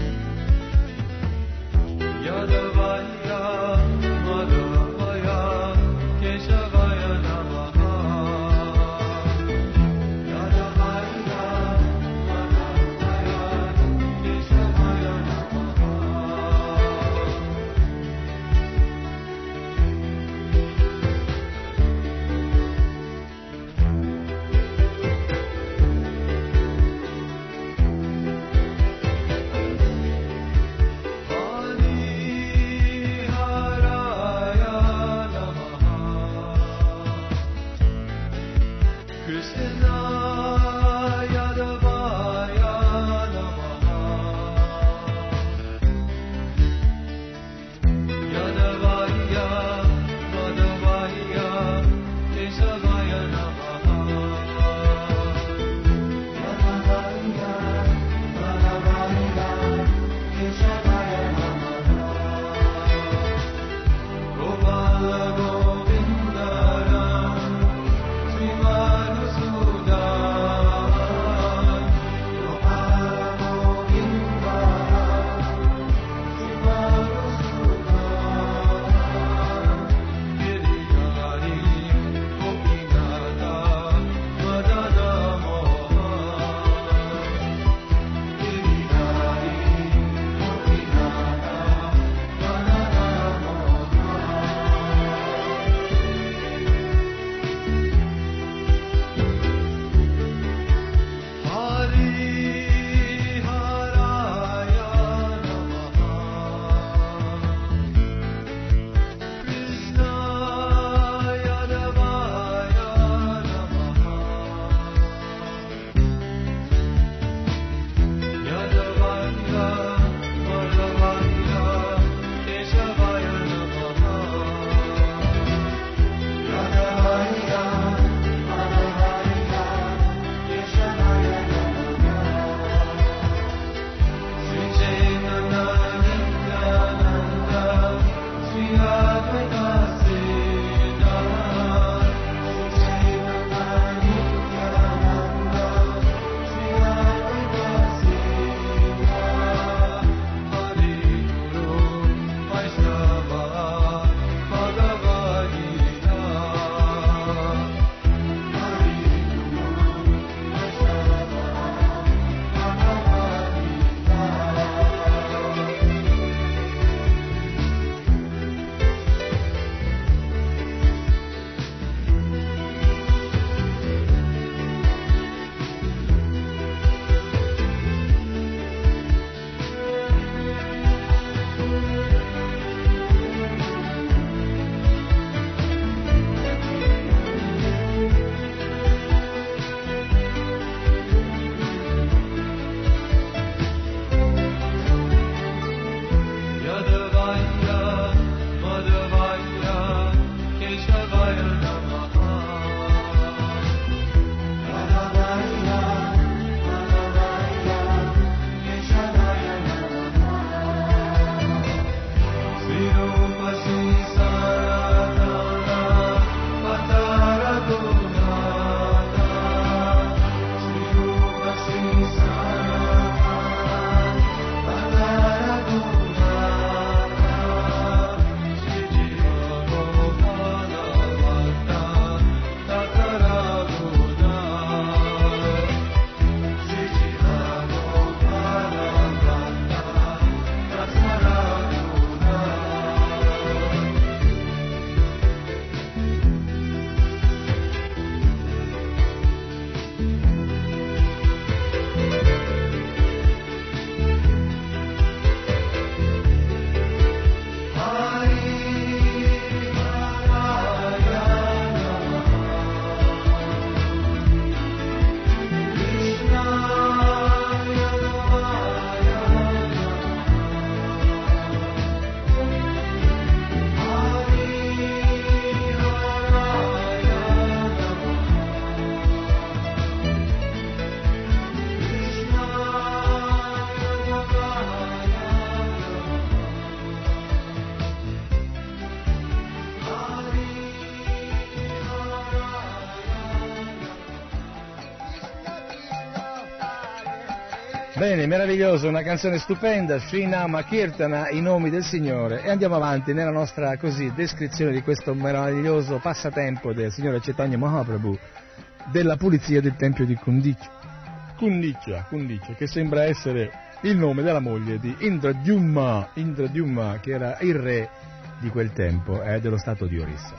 Bene, meraviglioso, una canzone stupenda, Srinama Kirtana, i nomi del Signore, e andiamo avanti nella nostra così descrizione di questo meraviglioso passatempo del Signore Chaitanya Mahaprabhu della pulizia del tempio di Kundicha, Kundicha, Kundicha, che sembra essere il nome della moglie di Indradyumna, Indradyumna, che era il re di quel tempo, eh, dello stato di Orissa.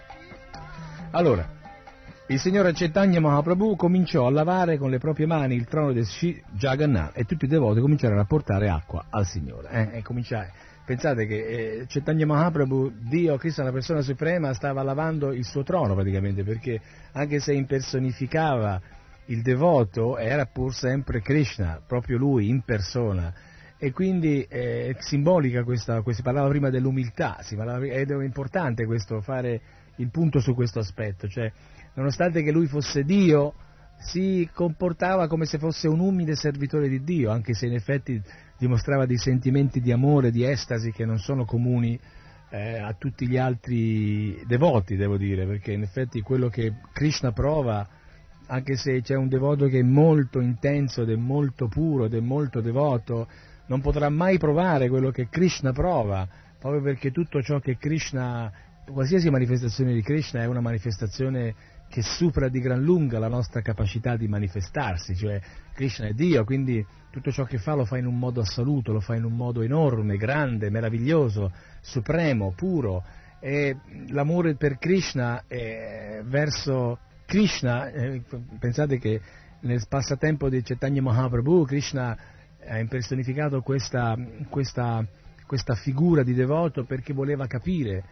Allora, il Signore Chaitanya Mahaprabhu cominciò a lavare con le proprie mani il trono del Sri Jagannath e tutti i devoti cominciarono a portare acqua al Signore. Eh, e cominciare. Pensate che eh, Chaitanya Mahaprabhu, Dio, Krishna, la persona suprema, stava lavando il suo trono praticamente, perché anche se impersonificava il devoto, era pur sempre Krishna, proprio lui in persona. E quindi è eh, simbolica questa, si parlava prima dell'umiltà, si parlava, ed è importante questo, fare il punto su questo aspetto, cioè nonostante che lui fosse Dio, si comportava come se fosse un umile servitore di Dio, anche se in effetti dimostrava dei sentimenti di amore, di estasi che non sono comuni eh, a tutti gli altri devoti, devo dire, perché in effetti quello che Krishna prova, anche se c'è un devoto che è molto intenso ed è molto puro ed è molto devoto, non potrà mai provare quello che Krishna prova, proprio perché tutto ciò che Krishna, qualsiasi manifestazione di Krishna è una manifestazione che supera di gran lunga la nostra capacità di manifestarsi, cioè Krishna è Dio, quindi tutto ciò che fa lo fa in un modo assoluto, lo fa in un modo enorme, grande, meraviglioso, supremo, puro, e l'amore per Krishna è verso Krishna, eh, pensate che nel passatempo di Chaitanya Mahaprabhu Krishna ha impersonificato questa, questa, questa figura di devoto perché voleva capire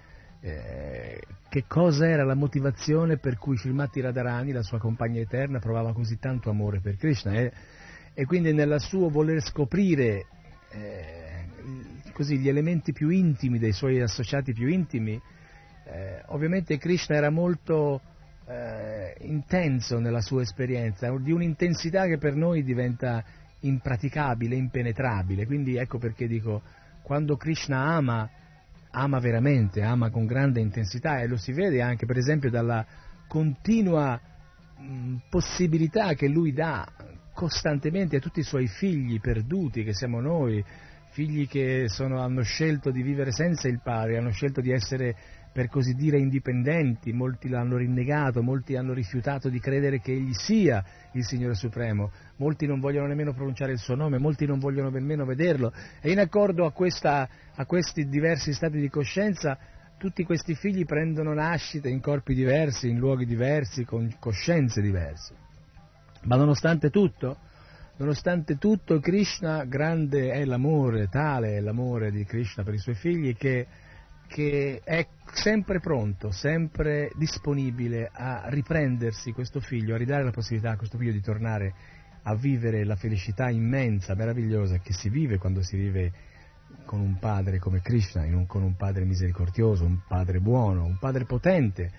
Eh, che cosa era la motivazione per cui Srimati Radharani, la sua compagna eterna, provava così tanto amore per Krishna, eh? E quindi nel suo voler scoprire eh, così gli elementi più intimi dei suoi associati più intimi, eh, ovviamente Krishna era molto eh, intenso nella sua esperienza, di un'intensità che per noi diventa impraticabile, impenetrabile. Quindi ecco perché dico, quando Krishna ama ama veramente, ama con grande intensità, e lo si vede anche per esempio dalla continua mh, possibilità che lui dà costantemente a tutti i suoi figli perduti, che siamo noi, figli che sono, hanno scelto di vivere senza il padre, hanno scelto di essere, per così dire, indipendenti, molti l'hanno rinnegato, molti hanno rifiutato di credere che egli sia il Signore Supremo, molti non vogliono nemmeno pronunciare il suo nome, molti non vogliono nemmeno vederlo, e in accordo a, questa, a questi diversi stati di coscienza, tutti questi figli prendono nascita in corpi diversi, in luoghi diversi, con coscienze diverse. Ma nonostante tutto, nonostante tutto, Krishna, grande è l'amore, tale è l'amore di Krishna per i suoi figli, che che è sempre pronto, sempre disponibile a riprendersi questo figlio, a ridare la possibilità a questo figlio di tornare a vivere la felicità immensa, meravigliosa che si vive quando si vive con un padre come Krishna, in un, con un padre misericordioso, un padre buono, un padre potente,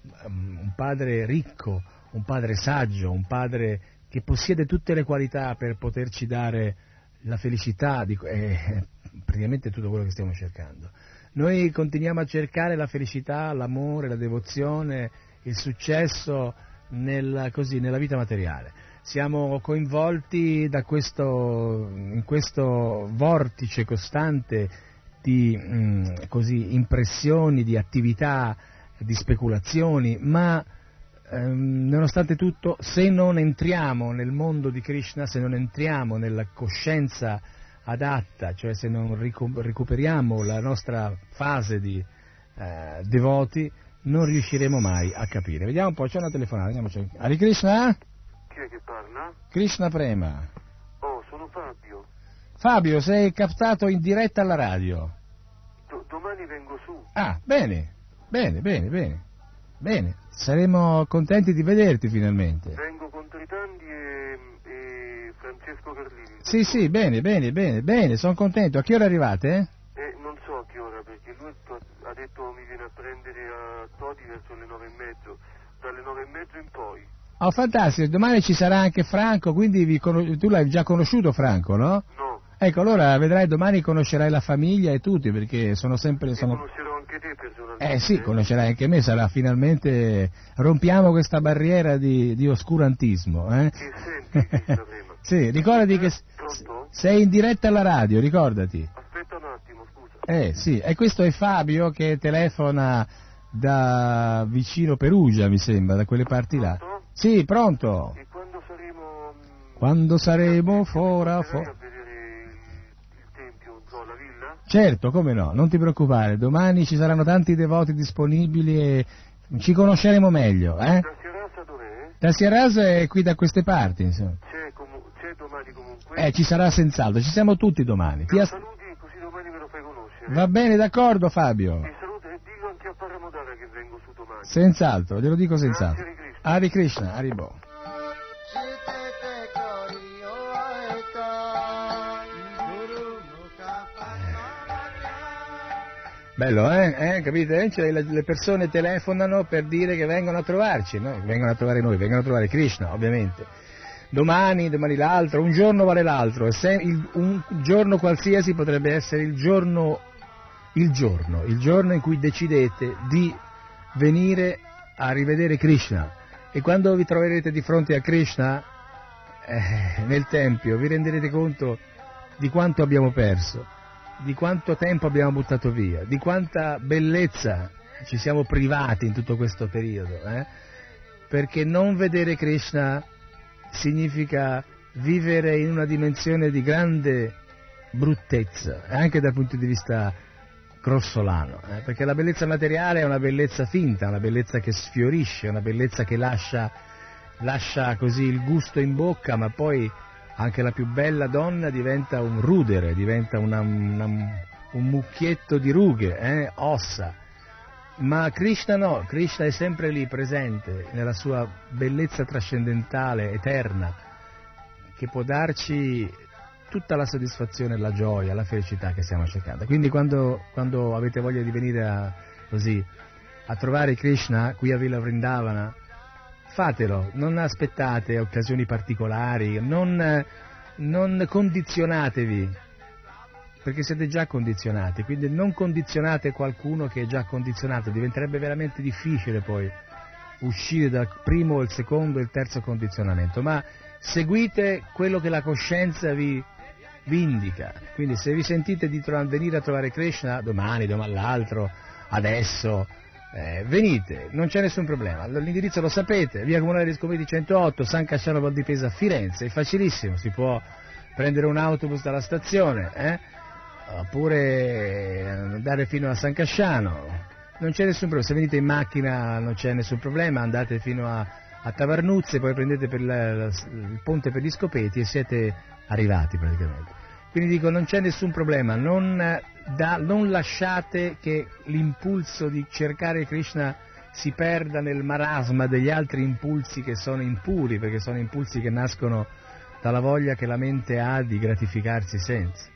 un padre ricco, un padre saggio, un padre che possiede tutte le qualità per poterci dare la felicità, di, eh, praticamente tutto quello che stiamo cercando. Noi continuiamo a cercare la felicità, l'amore, la devozione, il successo nel, così, nella vita materiale. Siamo coinvolti da questo, in questo vortice costante di mh, così, impressioni, di attività, di speculazioni, ma ehm, nonostante tutto, se non entriamo nel mondo di Krishna, se non entriamo nella coscienza adatta, cioè se non recuperiamo la nostra fase di eh, devoti, non riusciremo mai a capire. Vediamo un po', c'è una telefonata, vediamoci. Hare Krishna? Chi è che parla? Krishna Prema. Oh, sono Fabio. Fabio, sei captato in diretta alla radio. Do- domani vengo su. Ah, bene, bene, bene, bene, bene, saremo contenti di vederti finalmente. Vengo con Tritandi e, e Francesco Carlini. Sì, sì, bene, bene, bene, bene, sono contento. A che ora arrivate? Eh? Eh, non so a che ora, perché lui ha detto mi viene a prendere a Todi verso le nove e mezzo, dalle nove e mezzo in poi. Oh, fantastico, domani ci sarà anche Franco, quindi vi con... tu l'hai già conosciuto Franco, no? No. Ecco, allora vedrai domani conoscerai la famiglia e tutti, perché sono sempre... E Sono... conoscerò anche anche te personalmente. Eh sì, conoscerai anche me, sarà finalmente, rompiamo questa barriera di, di oscurantismo. Eh? Che senti, Krishna Prema? Sì, ricordati che Pronto? sei in diretta alla radio, ricordati. Aspetta un attimo, scusa. Eh sì, e questo è Fabio che telefona da vicino Perugia, mi sembra, da quelle parti là. Pronto? Sì, pronto. E quando saremo... mh, Quando saremo Sì, fora... porterai Fo- a vedere il, il tempio, non so, la villa? certo, come no, non ti preoccupare, domani ci saranno tanti devoti disponibili e ci conosceremo meglio, eh? La Sierrasa dov'è? La Sierras è qui da queste parti, insomma. C'è, comu- c'è domani comunque? Eh, ci sarà senz'altro, ci siamo tutti domani. Ti Mi as- saluti così domani me lo fai conoscere. Va bene, d'accordo Fabio. Mi saluta e dillo anche a Paramodara che vengo su domani. Senz'altro, glielo dico senz'altro. Grazie, Hare Krishna. Hare Krishna, Haribo. Bello, eh? eh? Capite? Cioè, le, le persone telefonano per dire che vengono a trovarci, no? Vengono a trovare noi, vengono a trovare Krishna, ovviamente. Domani, domani l'altro, un giorno vale l'altro, e se il, un giorno qualsiasi potrebbe essere il giorno, il giorno, il giorno in cui decidete di venire a rivedere Krishna. E quando vi troverete di fronte a Krishna, eh, nel Tempio, vi renderete conto di quanto abbiamo perso, di quanto tempo abbiamo buttato via, di quanta bellezza ci siamo privati in tutto questo periodo, eh? Perché non vedere Krishna significa vivere in una dimensione di grande bruttezza, anche dal punto di vista grossolano, eh? Perché la bellezza materiale è una bellezza finta, una bellezza che sfiorisce, una bellezza che lascia, lascia così il gusto in bocca, ma poi anche la più bella donna diventa un rudere, diventa una, una, un mucchietto di rughe, eh? Ossa. Ma Krishna no, Krishna è sempre lì presente nella sua bellezza trascendentale, eterna, che può darci tutta la soddisfazione, la gioia, la felicità che stiamo cercando. Quindi quando, quando avete voglia di venire a, così, a trovare Krishna qui a Villa Vrindavana, fatelo, non aspettate occasioni particolari, non, non condizionatevi, perché siete già condizionati, quindi non condizionate qualcuno che è già condizionato, diventerebbe veramente difficile poi uscire dal primo, il secondo e il terzo condizionamento, ma seguite quello che la coscienza vi, vi indica. Quindi se vi sentite di tro- venire a trovare Krishna domani, domani l'altro, adesso, eh, venite, non c'è nessun problema. L'indirizzo lo sapete, via Comunale dei Scomiti centootto, San Casciano Val di Pesa, Firenze, è facilissimo, si può prendere un autobus dalla stazione, eh? Oppure andare fino a San Casciano, non c'è nessun problema. Se venite in macchina non c'è nessun problema, andate fino a, a Tavarnuzze, poi prendete per la, la, il ponte per gli Scopeti e siete arrivati praticamente. Quindi dico, non c'è nessun problema, non, da, non lasciate che l'impulso di cercare Krishna si perda nel marasma degli altri impulsi che sono impuri, perché sono impulsi che nascono dalla voglia che la mente ha di gratificarsi senza.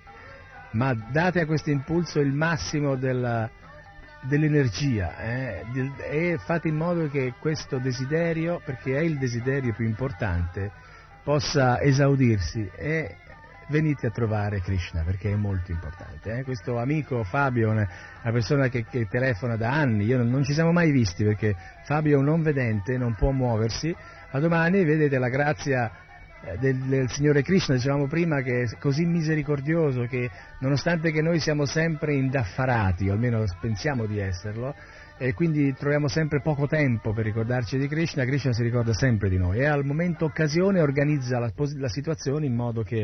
Ma date a questo impulso il massimo della, dell'energia, eh, e fate in modo che questo desiderio, perché è il desiderio più importante, possa esaudirsi, e venite a trovare Krishna, perché è molto importante. Eh. Questo amico Fabio, una, una persona che, che telefona da anni, io non, non ci siamo mai visti, perché Fabio è un non vedente, non può muoversi, ma domani vedete la grazia Del, del Signore Krishna, dicevamo prima, che è così misericordioso che nonostante che noi siamo sempre indaffarati, o almeno pensiamo di esserlo, e quindi troviamo sempre poco tempo per ricordarci di Krishna, Krishna si ricorda sempre di noi e al momento occasione organizza la, la situazione in modo che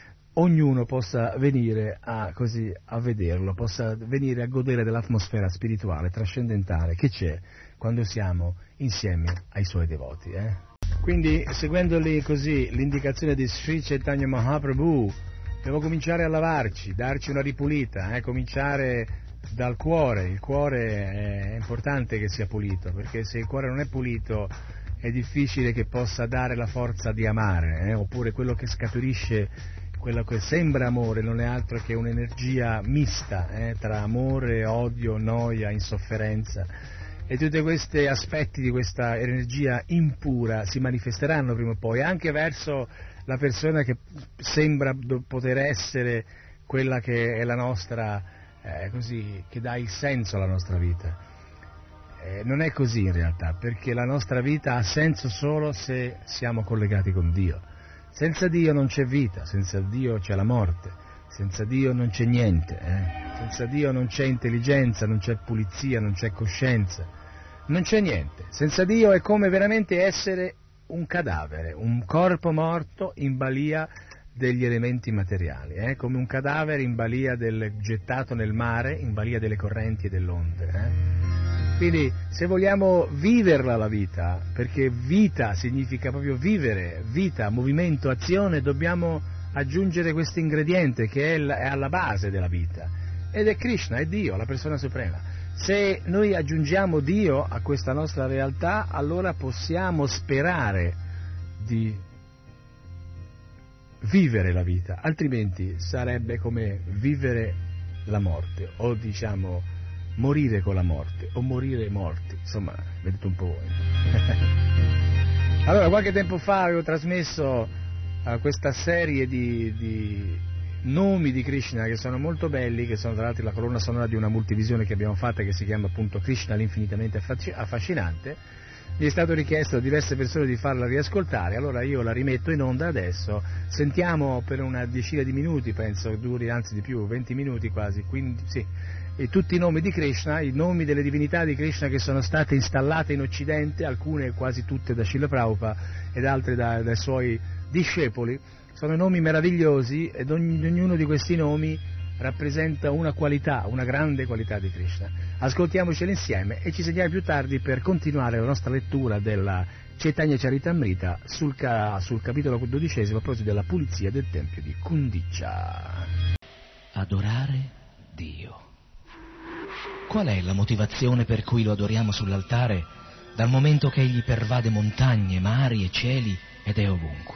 ognuno possa venire a, così, a vederlo, possa venire a godere dell'atmosfera spirituale, trascendentale che c'è quando siamo insieme ai suoi devoti, eh? Quindi, seguendoli così l'indicazione di Sri Chaitanya Mahaprabhu, devo cominciare a lavarci, darci una ripulita, eh, cominciare dal cuore. Il cuore è importante che sia pulito, perché se il cuore non è pulito è difficile che possa dare la forza di amare, eh, oppure quello che scaturisce, quello che sembra amore non è altro che un'energia mista, eh, tra amore, odio, noia, insofferenza. E tutti questi aspetti di questa energia impura si manifesteranno prima o poi anche verso la persona che sembra poter essere quella che è la nostra eh, così, che dà il senso alla nostra vita. Eh, non è così in realtà, perché la nostra vita ha senso solo se siamo collegati con Dio. Senza Dio non c'è vita, senza Dio c'è la morte, senza Dio non c'è niente, eh? Senza Dio non c'è intelligenza, non c'è pulizia, non c'è coscienza, non c'è niente. Senza Dio è come veramente essere un cadavere, un corpo morto in balia degli elementi materiali, eh? Come un cadavere in balia del gettato nel mare, in balia delle correnti e delle onde. Eh? Quindi se vogliamo viverla la vita, perché vita significa proprio vivere, vita, movimento, azione, dobbiamo aggiungere questo ingrediente che è, la, è alla base della vita, ed è Krishna, è Dio, la persona suprema. Se noi aggiungiamo Dio a questa nostra realtà, allora possiamo sperare di vivere la vita, altrimenti sarebbe come vivere la morte, o diciamo morire con la morte, o morire morti, insomma, vedete un po' voi. Allora, qualche tempo fa avevo trasmesso uh, questa serie di, di nomi di Krishna che sono molto belli, che sono tra l'altro la colonna sonora di una multivisione che abbiamo fatta che si chiama appunto Krishna l'infinitamente affascinante. Mi è stato richiesto da diverse persone di farla riascoltare, allora io la rimetto in onda adesso. Sentiamo per una decina di minuti, penso duri anzi di più, venti minuti quasi, quindi sì, e tutti i nomi di Krishna, i nomi delle divinità di Krishna che sono state installate in Occidente, alcune quasi tutte da Srila Prabhupada ed altre da, dai suoi discepoli. Sono nomi meravigliosi ed ogni, ognuno di questi nomi rappresenta una qualità, una grande qualità di Krishna. Ascoltiamoceli insieme e ci sentiamo più tardi per continuare la nostra lettura della Chaitanya Charitamrita sul, ca, sul capitolo dodicesimo a proposito della pulizia del tempio di Kundicha. Adorare Dio. Qual è la motivazione per cui lo adoriamo sull'altare, dal momento che egli pervade montagne, mari e cieli ed è ovunque?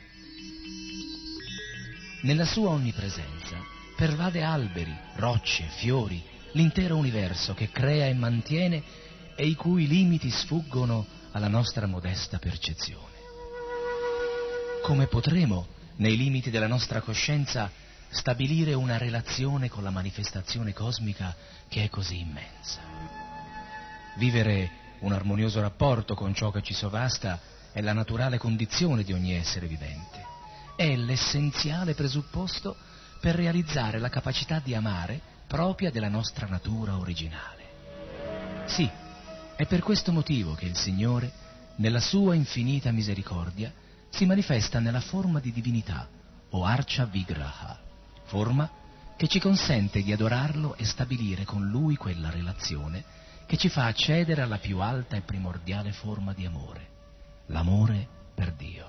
Nella sua onnipresenza pervade alberi, rocce, fiori, l'intero universo che crea e mantiene e i cui limiti sfuggono alla nostra modesta percezione. Come potremo, nei limiti della nostra coscienza, stabilire una relazione con la manifestazione cosmica che è così immensa? Vivere un armonioso rapporto con ciò che ci sovrasta è la naturale condizione di ogni essere vivente. È l'essenziale presupposto per realizzare la capacità di amare propria della nostra natura originale. Sì, è per questo motivo che il Signore, nella sua infinita misericordia, si manifesta nella forma di divinità, o Archa Vigraha, forma che ci consente di adorarlo e stabilire con lui quella relazione che ci fa accedere alla più alta e primordiale forma di amore, l'amore per Dio.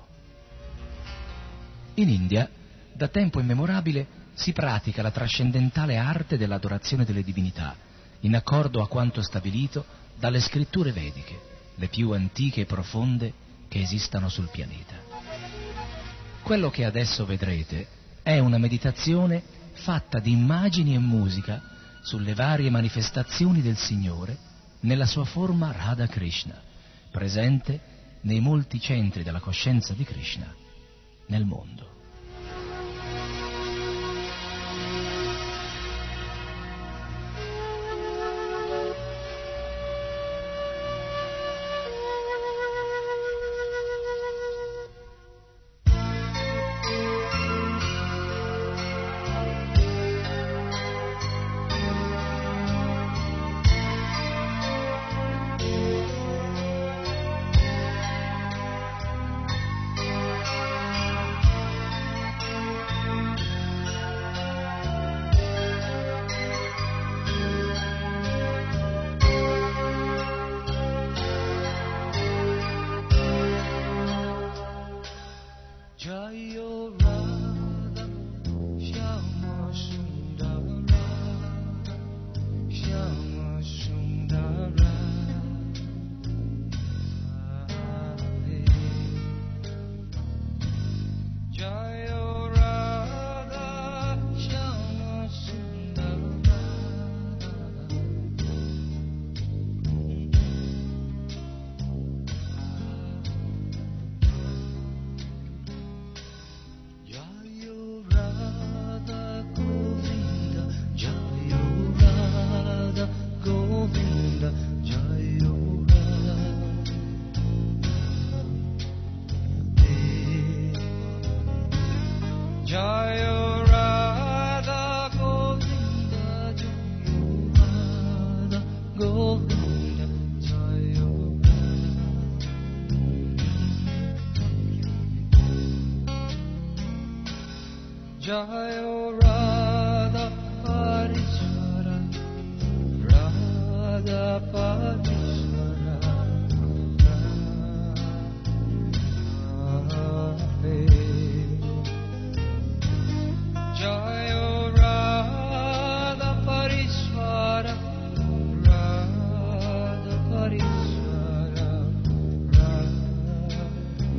In India, da tempo immemorabile, si pratica la trascendentale arte dell'adorazione delle divinità, in accordo a quanto stabilito dalle scritture vediche, le più antiche e profonde che esistano sul pianeta. Quello che adesso vedrete è una meditazione fatta di immagini e musica sulle varie manifestazioni del Signore nella sua forma Radha Krishna, presente nei molti centri della coscienza di Krishna nel mondo. Jayo Radha Govinda, Jayo Radha Govinda, Jayo Jayo Radha Parishvara, Radha Parishvara, Radhe. Jayo Radha Parishvara, Radha Parishvara, Radha.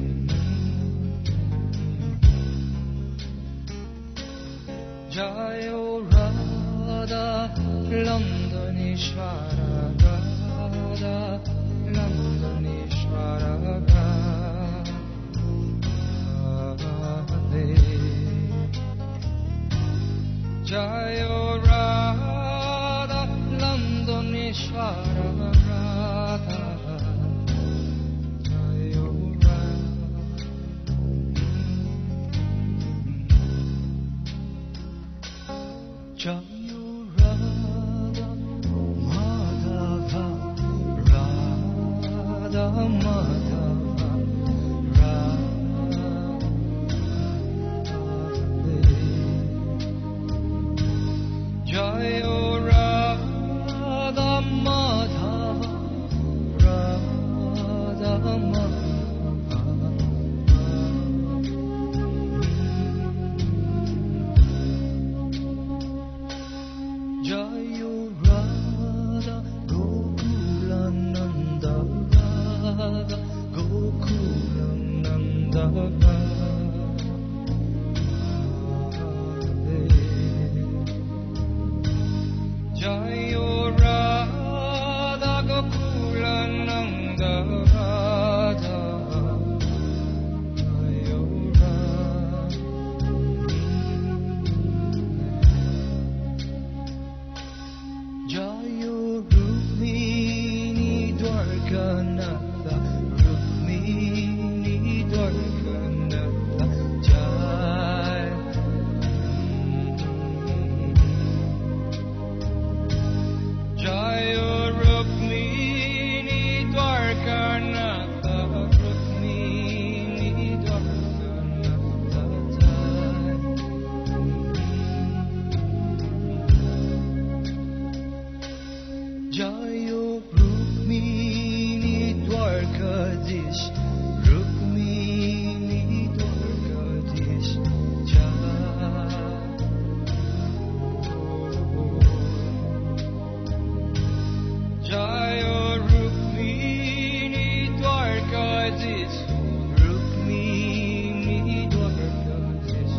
Jayo Radha Londonishvara, Radha Londonishvara, Radhe. Jayo Radha Londonishvara, Radha. Jayo Radha. Jayo Radha Madhava, Radha Madhava, Radha. Jayo Radha Madhava, Radha Madhava. Jayo Radha Gokulananda, Radha Gokulananda, Radha. Jayo Radha Gokulananda, Radha. Jayo Radha. Jayo Rukmini Dwarkanatha, Rukmini Dwarkanatha, Jai. Jayo Rukmini Dwarkanatha, Rukmini Dwarkanatha, Jayo Rukmini Dwarkadish, Rukmini Dwarkadish, Jayo Rukmini Dwarkadish, Rukmini Dwarkadish.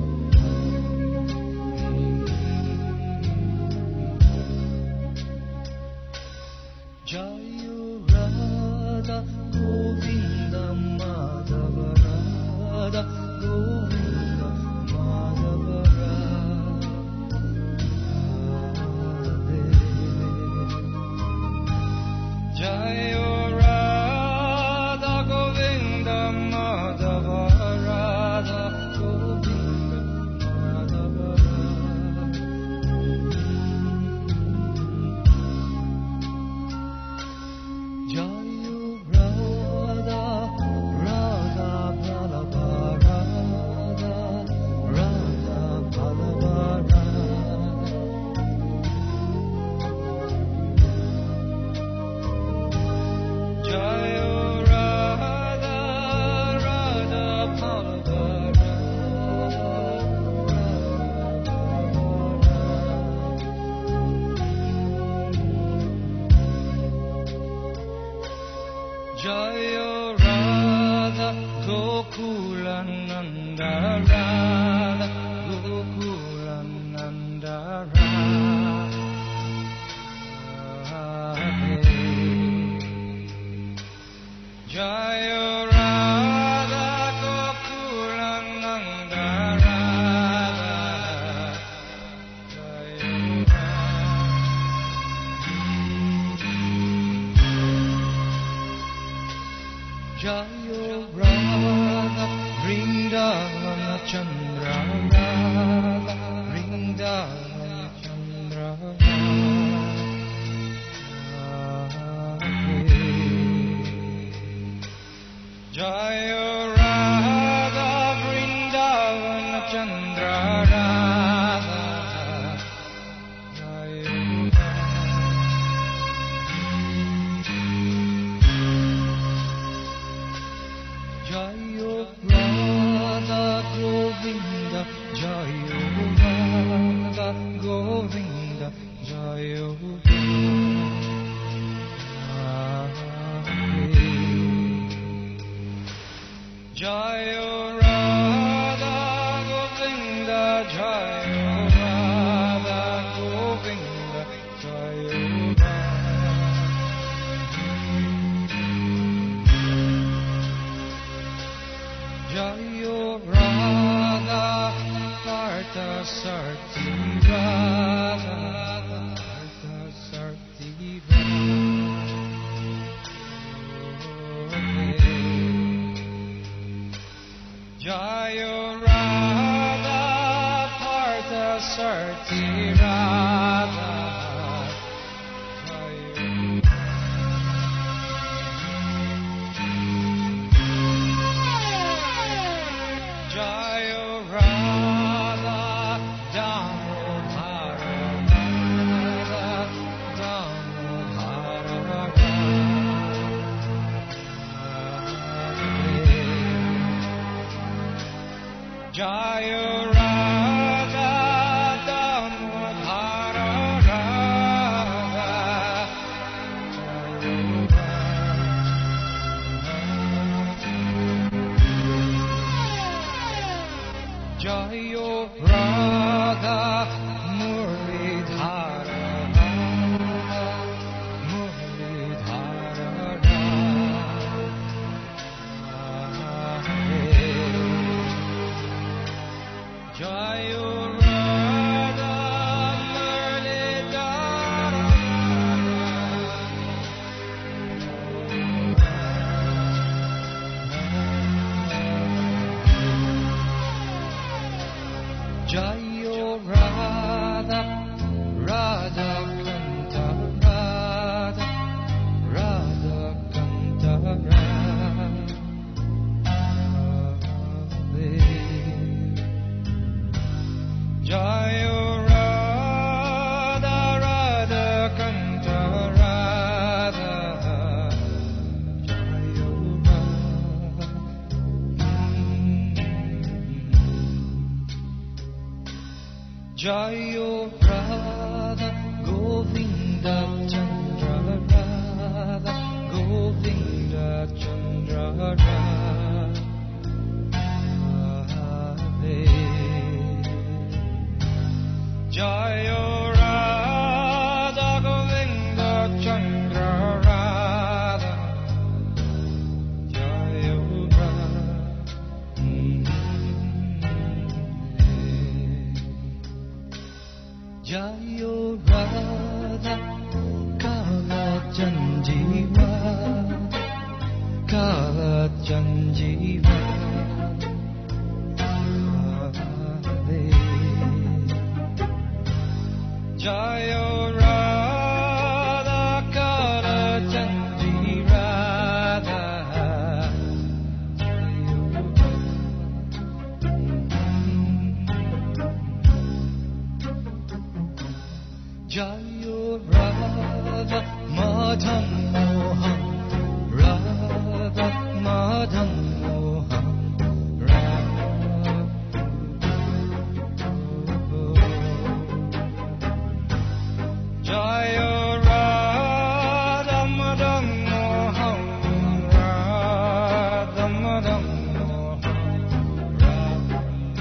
Jayo Radha Govinda Madhava, Radha Govinda Madhava, Radhe. Jayo Radha Govinda Madhava, Radha Govinda Madhava, Jayo Radha Radha Ballabha, Radha Radha Ballabha. Jayo Radha Radha Ballabha, Jayo Radha Gokulananda, Radha Gokulananda, Radhe. Jayo Radha Gokulananda, Radha. Jayo Radha. Jayo Radha Vrindavan. Vrindavana Chandra Radha, Vrindavana Chandra Radha. Jaya Radha, Vrindavana Chandra Radha, Jaya Jaya Radha Govinda, Jaya Radha Govinda, Jaya Jaya Radha Govinda, Jaya Radha Govinda, Jaya Jaya Radha Partha Sarti Radha, Partha Sarti Jaya Radha Partha Sarti Radha, Jaya Radha Damodara Radha, Damodara Radha. Jaya Radha Damodara Radha, Jaya Radha Murlidhara Radha, Murlidhara Radha. Jaya Radha Murlidhara Jaya Radha Radha Kanta Radha, Radha Kanta Radha. Jaya Radha Radha Kanta Radha, Jaya Radha. Jaya Radha Govinda Chandra Radha, Govinda Chandra Radha. Jaya Radha Govinda Chandra Radha, Jaya Radha. Jaya Radha Kala Janjiva, Kala Janjiva. Jaya Radha Kala Janji Radha, Jaya Radha Madhan Mohan Radha, Madhan Mohan Radha. Jaya Radha Madhan Mohan Radha, Madhan Mohan Radha.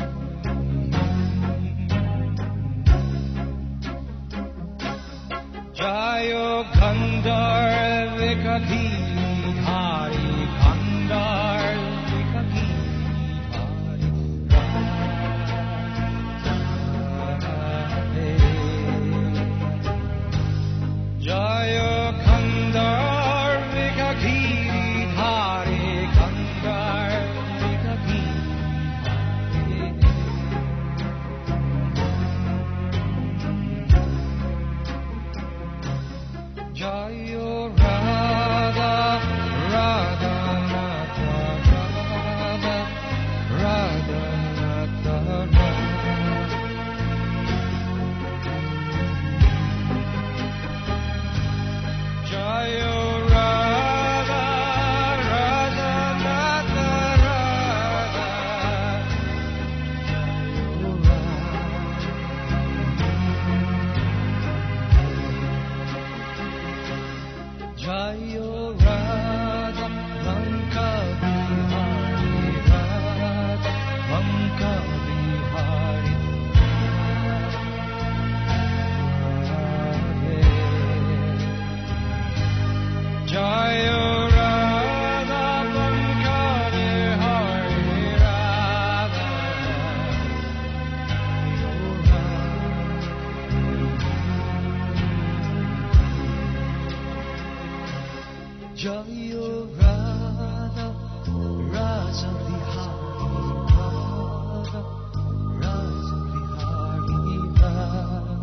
Jaya Gandharvika Gidhari, Gandharvika Gidhari Radhe. Jaya Gandharvika Gidhari, Gandharvika Gidhari Jayo Radha, Raja Bihari Radha, Raja Bihari Radha.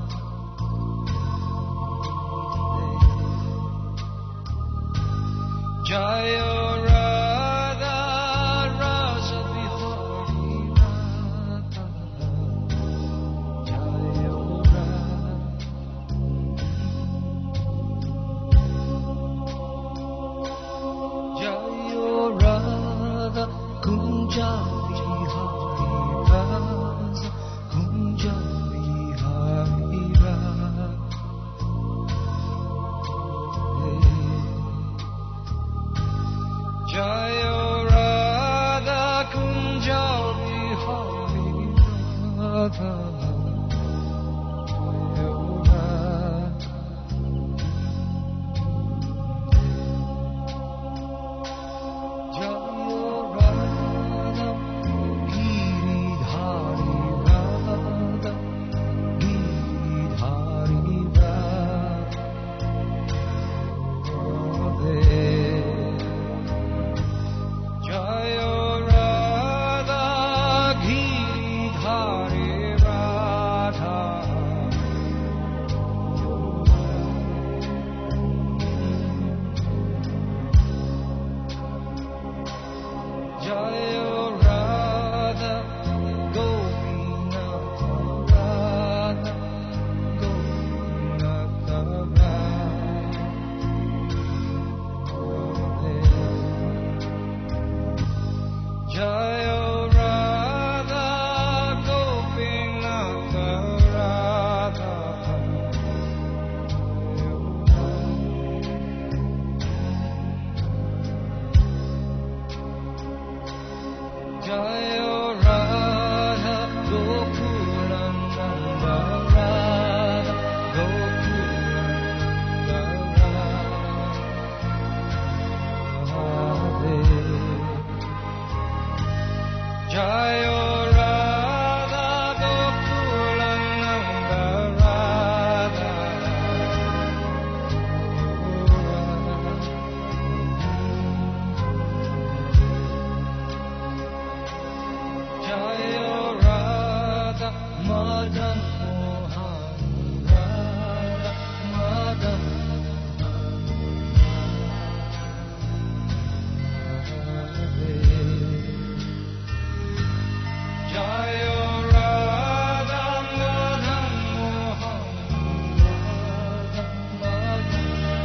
Jayo Radha, Raja Bihari Radha, Jayo Radha. Jayo Radha, Kunja Bihari Radha, Kunja Bihari Radha. Jayo Radha, Kunja Bihari Radha, Jayo Radha. Jayo Radha, Giridhari Radha, Giridhari Radha. Jayo Radha, Giridhari Radha. Jayo Radha, Gopinath Radha, Gopinath Radha. Jayo Radha, Gopinath Radha. Jayo Radha, Gokulananda Radha, Gokulananda Radha. Jayo Radha, Gokulananda Radha. Jayo Radha, Madan Mohan Radha, Madan Jayo Radha, Madan Mohan Radha, Madan.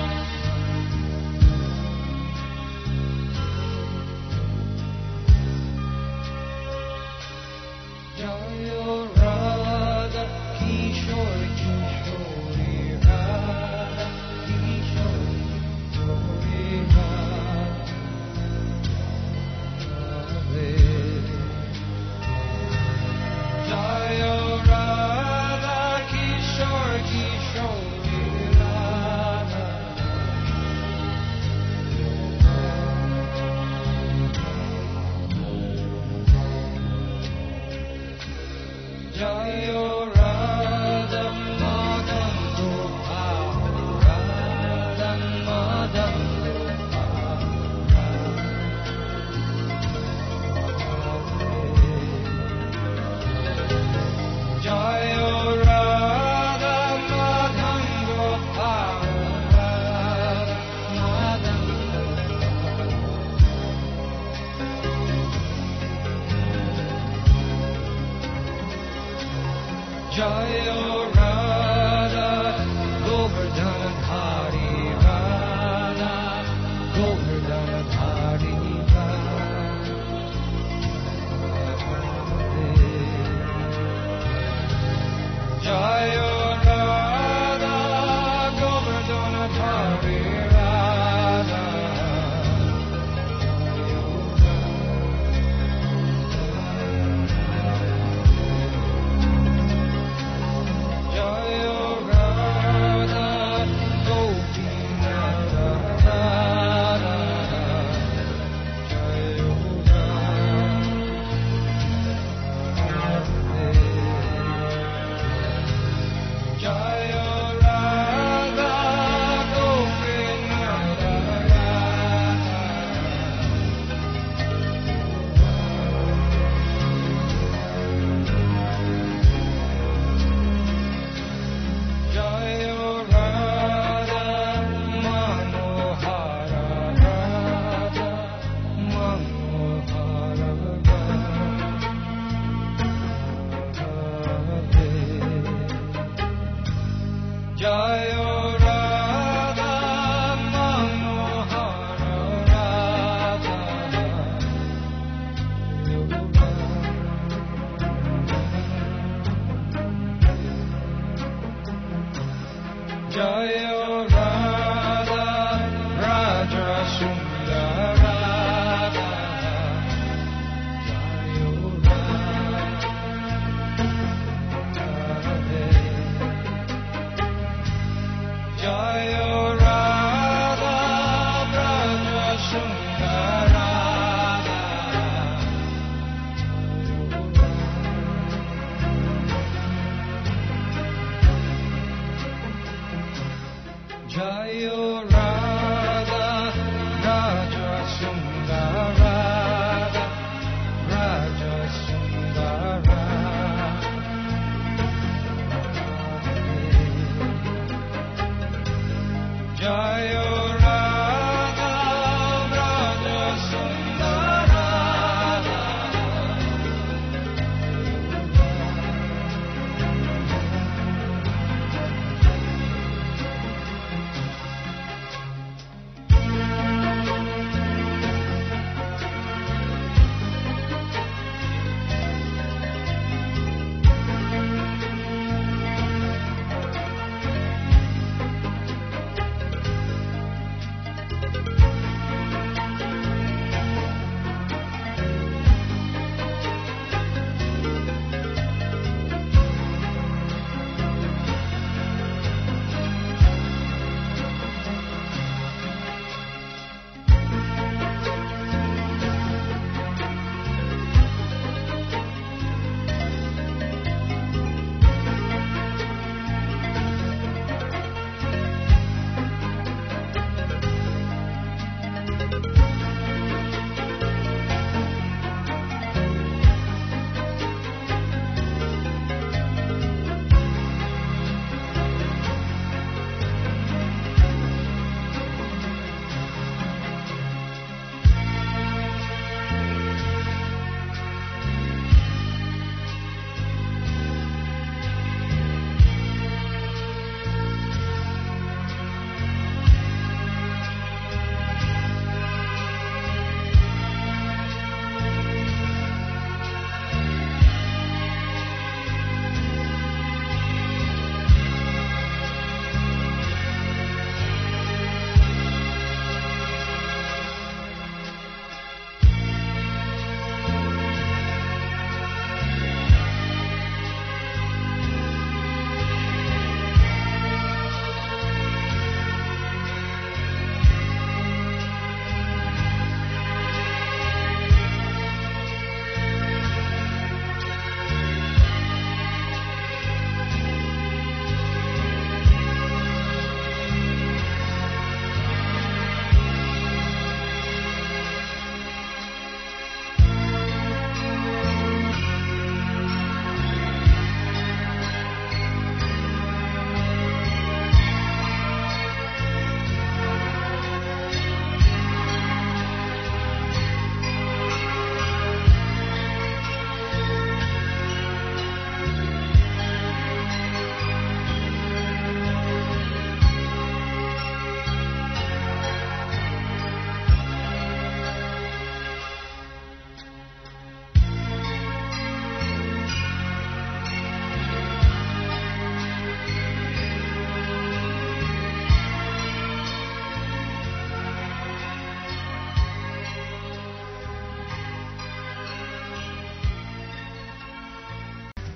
Jayo Radha, Kishore Kishore Radha, Kishore Kishore Radha. Jayo Radha, Kishore Kishore Radha. Jayo Radha, Madan Gopal Radha, Madan Gopal Radha. Jayo Radha, Madan Gopal Radha, Madan Gopal. Jayo Radha, Govardhanadhari Radha, Govardhanadhari Radha. Jayo Radha, Govardhanadhari Radha. Jayo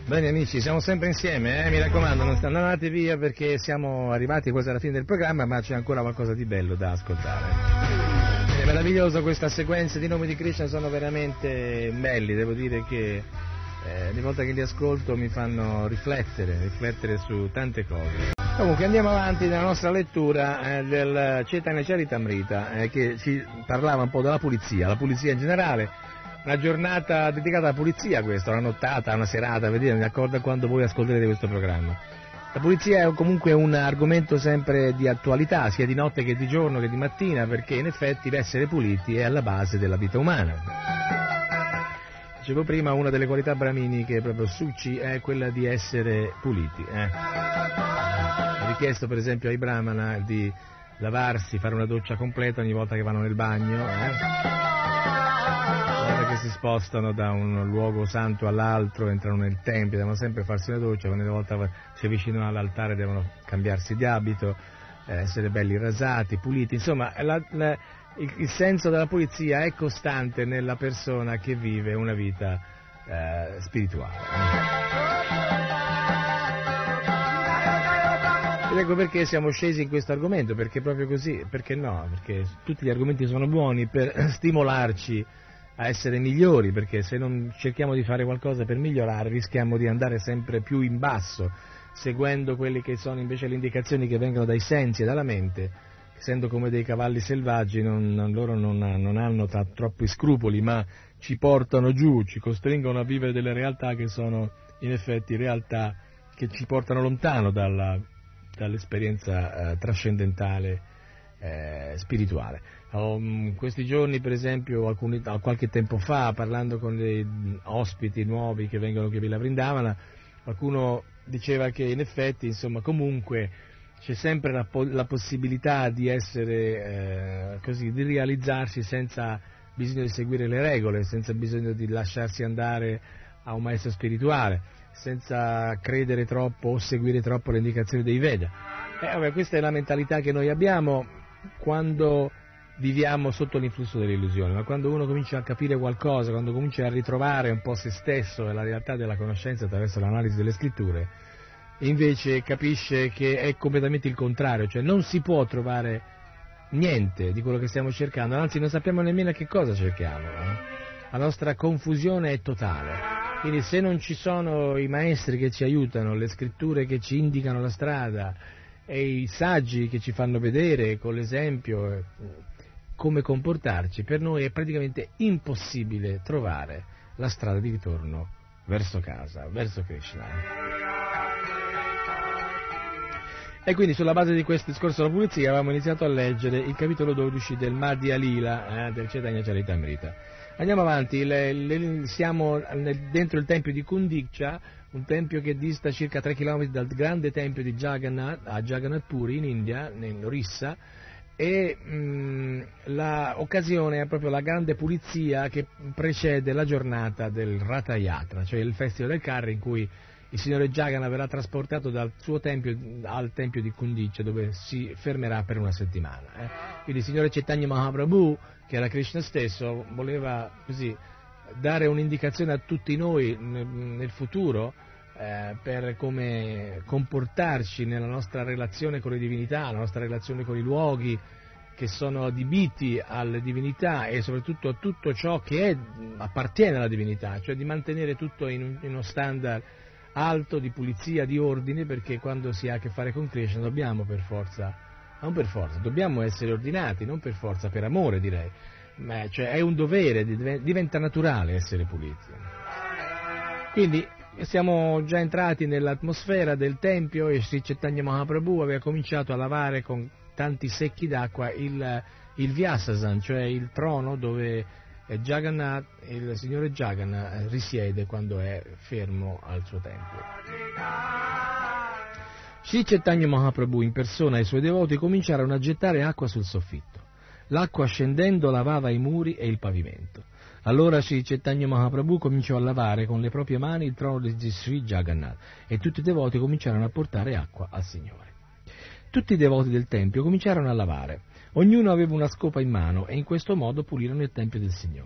Bene amici, siamo sempre insieme, eh? Mi raccomando, non andate via perché siamo arrivati quasi alla fine del programma, ma c'è ancora qualcosa di bello da ascoltare. È meraviglioso, questa sequenza di nomi di Krishna sono veramente belli, devo dire che eh, ogni volta che li ascolto mi fanno riflettere, riflettere su tante cose. Comunque andiamo avanti nella nostra lettura eh, del Chaitanya Charitamrita eh, che ci parlava un po' della pulizia, la pulizia in generale. Una giornata dedicata alla pulizia questa, una nottata, una serata, vedete, mi accordo a quando voi ascolterete questo programma. La pulizia è comunque un argomento sempre di attualità, sia di notte che di giorno che di mattina, perché in effetti l'essere puliti è alla base della vita umana. Dicevo prima, una delle qualità brahminiche, proprio Suci, è quella di essere puliti. Eh. È richiesto per esempio ai brahmana di lavarsi, fare una doccia completa ogni volta che vanno nel bagno, eh. Che si spostano da un luogo santo all'altro, entrano nel tempio, devono sempre farsi una doccia, ogni volta si avvicinano all'altare devono cambiarsi di abito, eh, essere belli rasati, puliti, insomma la, la, il, il senso della pulizia è costante nella persona che vive una vita eh, spirituale. Ed ecco perché siamo scesi in questo argomento, perché proprio così, perché no? Perché tutti gli argomenti sono buoni per stimolarci a essere migliori, perché se non cerchiamo di fare qualcosa per migliorare rischiamo di andare sempre più in basso, seguendo quelle che sono invece le indicazioni che vengono dai sensi e dalla mente, essendo come dei cavalli selvaggi, non, non, loro non, non hanno t- troppi scrupoli, ma ci portano giù, ci costringono a vivere delle realtà che sono in effetti realtà che ci portano lontano dalla, dall'esperienza eh, trascendentale eh, spirituale. Um, questi giorni per esempio, alcuni, qualche tempo fa, parlando con dei ospiti nuovi che vengono qui a Villa Vrindavana, qualcuno diceva che in effetti, insomma, comunque c'è sempre la, la possibilità di essere eh, così, di realizzarsi senza bisogno di seguire le regole, senza bisogno di lasciarsi andare a un maestro spirituale, senza credere troppo o seguire troppo le indicazioni dei Veda. Eh, vabbè, questa è la mentalità che noi abbiamo quando viviamo sotto l'influsso dell'illusione, ma quando uno comincia a capire qualcosa, quando comincia a ritrovare un po' se stesso e la realtà della conoscenza attraverso l'analisi delle scritture, invece capisce che è completamente il contrario, cioè non si può trovare niente di quello che stiamo cercando, anzi non sappiamo nemmeno che cosa cerchiamo, eh? La nostra confusione è totale, quindi se non ci sono i maestri che ci aiutano, le scritture che ci indicano la strada e i saggi che ci fanno vedere con l'esempio come comportarci, per noi è praticamente impossibile trovare la strada di ritorno verso casa, verso Krishna. E quindi sulla base di questo discorso della pulizia avevamo iniziato a leggere il capitolo dodici del Madhya Lila eh, del Chaitanya Charitamrita. Andiamo avanti, le, le, siamo nel, dentro il tempio di Kundiksha, un tempio che dista circa tre chilometri dal grande tempio di Jagannath, a Jagannath Puri in India, nell'Orissa, e mh, l'occasione è proprio la grande pulizia che precede la giornata del Ratha Yatra, cioè il festival del carro in cui il signore Jagannath verrà trasportato dal suo tempio al tempio di Kundiksha, dove si fermerà per una settimana. Eh. Quindi il signore Chaitanya Mahaprabhu, che era Krishna stesso, voleva così dare un'indicazione a tutti noi nel, nel futuro eh, per come comportarci nella nostra relazione con le divinità, la nostra relazione con i luoghi che sono adibiti alle divinità e soprattutto a tutto ciò che è, appartiene alla divinità, cioè di mantenere tutto in, in uno standard alto di pulizia, di ordine, perché quando si ha a che fare con Krishna dobbiamo per forza, non per forza, dobbiamo essere ordinati, non per forza, per amore direi, ma cioè è un dovere, diventa naturale essere puliti. Quindi siamo già entrati nell'atmosfera del tempio e Sri Chaitanya Mahaprabhu aveva cominciato a lavare con tanti secchi d'acqua il, il Vyasasan, cioè il trono dove Jagannath, il signore Jagannath, risiede quando è fermo al suo tempio. Sri Chaitanya Mahaprabhu in persona e i suoi devoti cominciarono a gettare acqua sul soffitto. L'acqua scendendo lavava i muri e il pavimento. Allora Sri Chaitanya Mahaprabhu cominciò a lavare con le proprie mani il trono di Sri Jagannath e tutti i devoti cominciarono a portare acqua al Signore. Tutti i devoti del tempio cominciarono a lavare. Ognuno aveva una scopa in mano e in questo modo pulirono il tempio del Signore.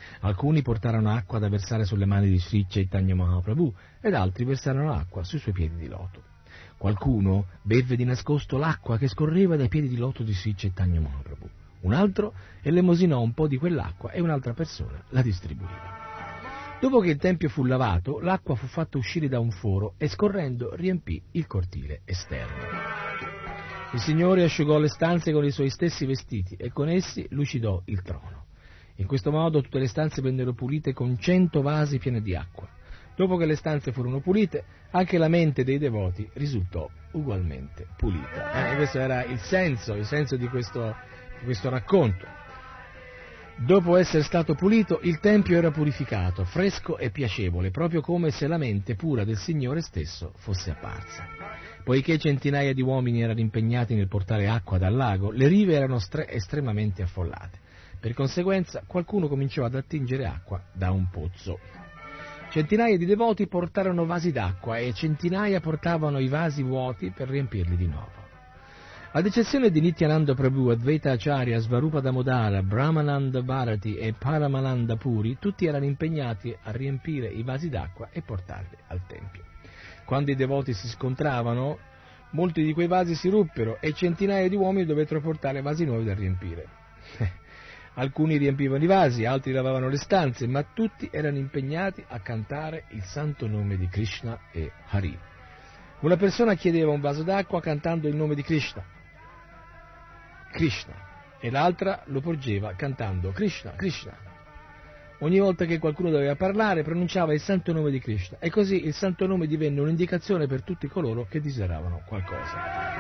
Alcuni portarono acqua da versare sulle mani di Sri Chaitanya Mahaprabhu ed altri versarono acqua sui suoi piedi di loto. Qualcuno bevve di nascosto l'acqua che scorreva dai piedi di loto di Sri Chaitanya Mahaprabhu. Un altro elemosinò un po' di quell'acqua e un'altra persona la distribuiva. Dopo che il tempio fu lavato, l'acqua fu fatta uscire da un foro e scorrendo riempì il cortile esterno. Il Signore asciugò le stanze con i suoi stessi vestiti e con essi lucidò il trono. In questo modo tutte le stanze vennero pulite con cento vasi pieni di acqua. Dopo che le stanze furono pulite, anche la mente dei devoti risultò ugualmente pulita. Eh, questo era il senso, il senso di questo, di questo racconto. Dopo essere stato pulito, il tempio era purificato, fresco e piacevole, proprio come se la mente pura del Signore stesso fosse apparsa. Poiché centinaia di uomini erano impegnati nel portare acqua dal lago, le rive erano stre- estremamente affollate. Per conseguenza, qualcuno cominciò ad attingere acqua da un pozzo. Centinaia di devoti portarono vasi d'acqua e centinaia portavano i vasi vuoti per riempirli di nuovo. Ad eccezione di Nityananda Prabhu, Advaita Acharya, Svarupa Damodara, Brahmananda Bharati e Paramananda Puri, tutti erano impegnati a riempire i vasi d'acqua e portarli al tempio. Quando i devoti si scontravano, molti di quei vasi si ruppero e centinaia di uomini dovettero portare vasi nuovi da riempire. Alcuni riempivano i vasi, altri lavavano le stanze, ma tutti erano impegnati a cantare il santo nome di Krishna e Hari. Una persona chiedeva un vaso d'acqua cantando il nome di Krishna, Krishna, e l'altra lo porgeva cantando Krishna, Krishna. Ogni volta che qualcuno doveva parlare pronunciava il santo nome di Krishna e così il santo nome divenne un'indicazione per tutti coloro che desideravano qualcosa.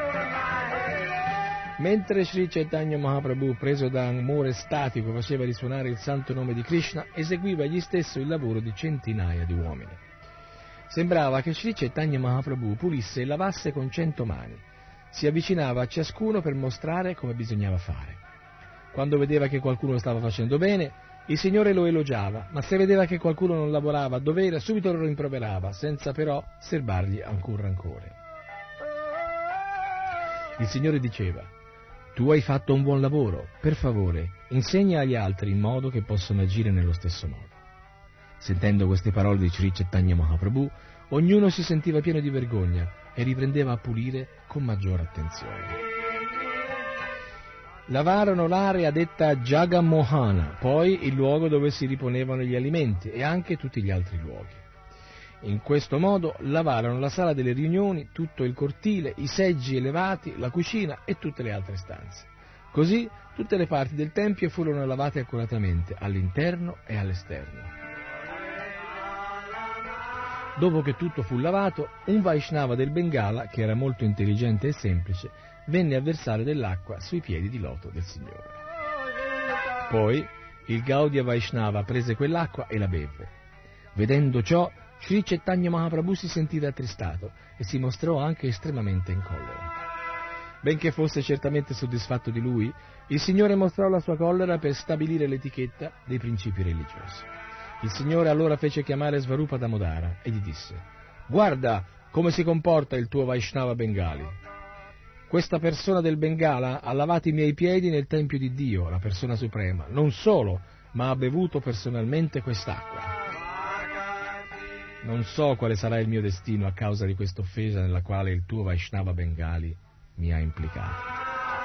Mentre Sri Chaitanya Mahaprabhu, preso da amore statico, faceva risuonare il santo nome di Krishna, eseguiva egli stesso il lavoro di centinaia di uomini. Sembrava che Sri Chaitanya Mahaprabhu pulisse e lavasse con cento mani. Si avvicinava a ciascuno per mostrare come bisognava fare. Quando vedeva che qualcuno lo stava facendo bene, il Signore lo elogiava, ma se vedeva che qualcuno non lavorava a dovere, subito lo rimproverava, senza però serbargli alcun rancore. Il Signore diceva: «Tu hai fatto un buon lavoro, per favore, insegna agli altri in modo che possano agire nello stesso modo». Sentendo queste parole di Sri Chaitanya Mahaprabhu, ognuno si sentiva pieno di vergogna e riprendeva a pulire con maggiore attenzione. Lavarono l'area detta Jagamohana, poi il luogo dove si riponevano gli alimenti e anche tutti gli altri luoghi. In questo modo lavarono la sala delle riunioni, tutto il cortile, i seggi elevati, la cucina e tutte le altre stanze. Così tutte le parti del tempio furono lavate accuratamente, all'interno e all'esterno. Dopo che tutto fu lavato, un Vaishnava del Bengala, che era molto intelligente e semplice, venne a versare dell'acqua sui piedi di loto del Signore. Poi il Gaudiya Vaishnava prese quell'acqua e la bevve. Vedendo ciò, Sri Chaitanya Mahaprabhu si sentì rattristato e si mostrò anche estremamente in collera. Benché fosse certamente soddisfatto di lui, il Signore mostrò la sua collera per stabilire l'etichetta dei principi religiosi. Il Signore allora fece chiamare Svarupa Damodara e gli disse: «Guarda come si comporta il tuo Vaishnava Bengali. Questa persona del Bengala ha lavato i miei piedi nel Tempio di Dio, la persona suprema. Non solo, ma ha bevuto personalmente quest'acqua. Non so quale sarà il mio destino a causa di questa offesa nella quale il tuo Vaishnava Bengali mi ha implicato».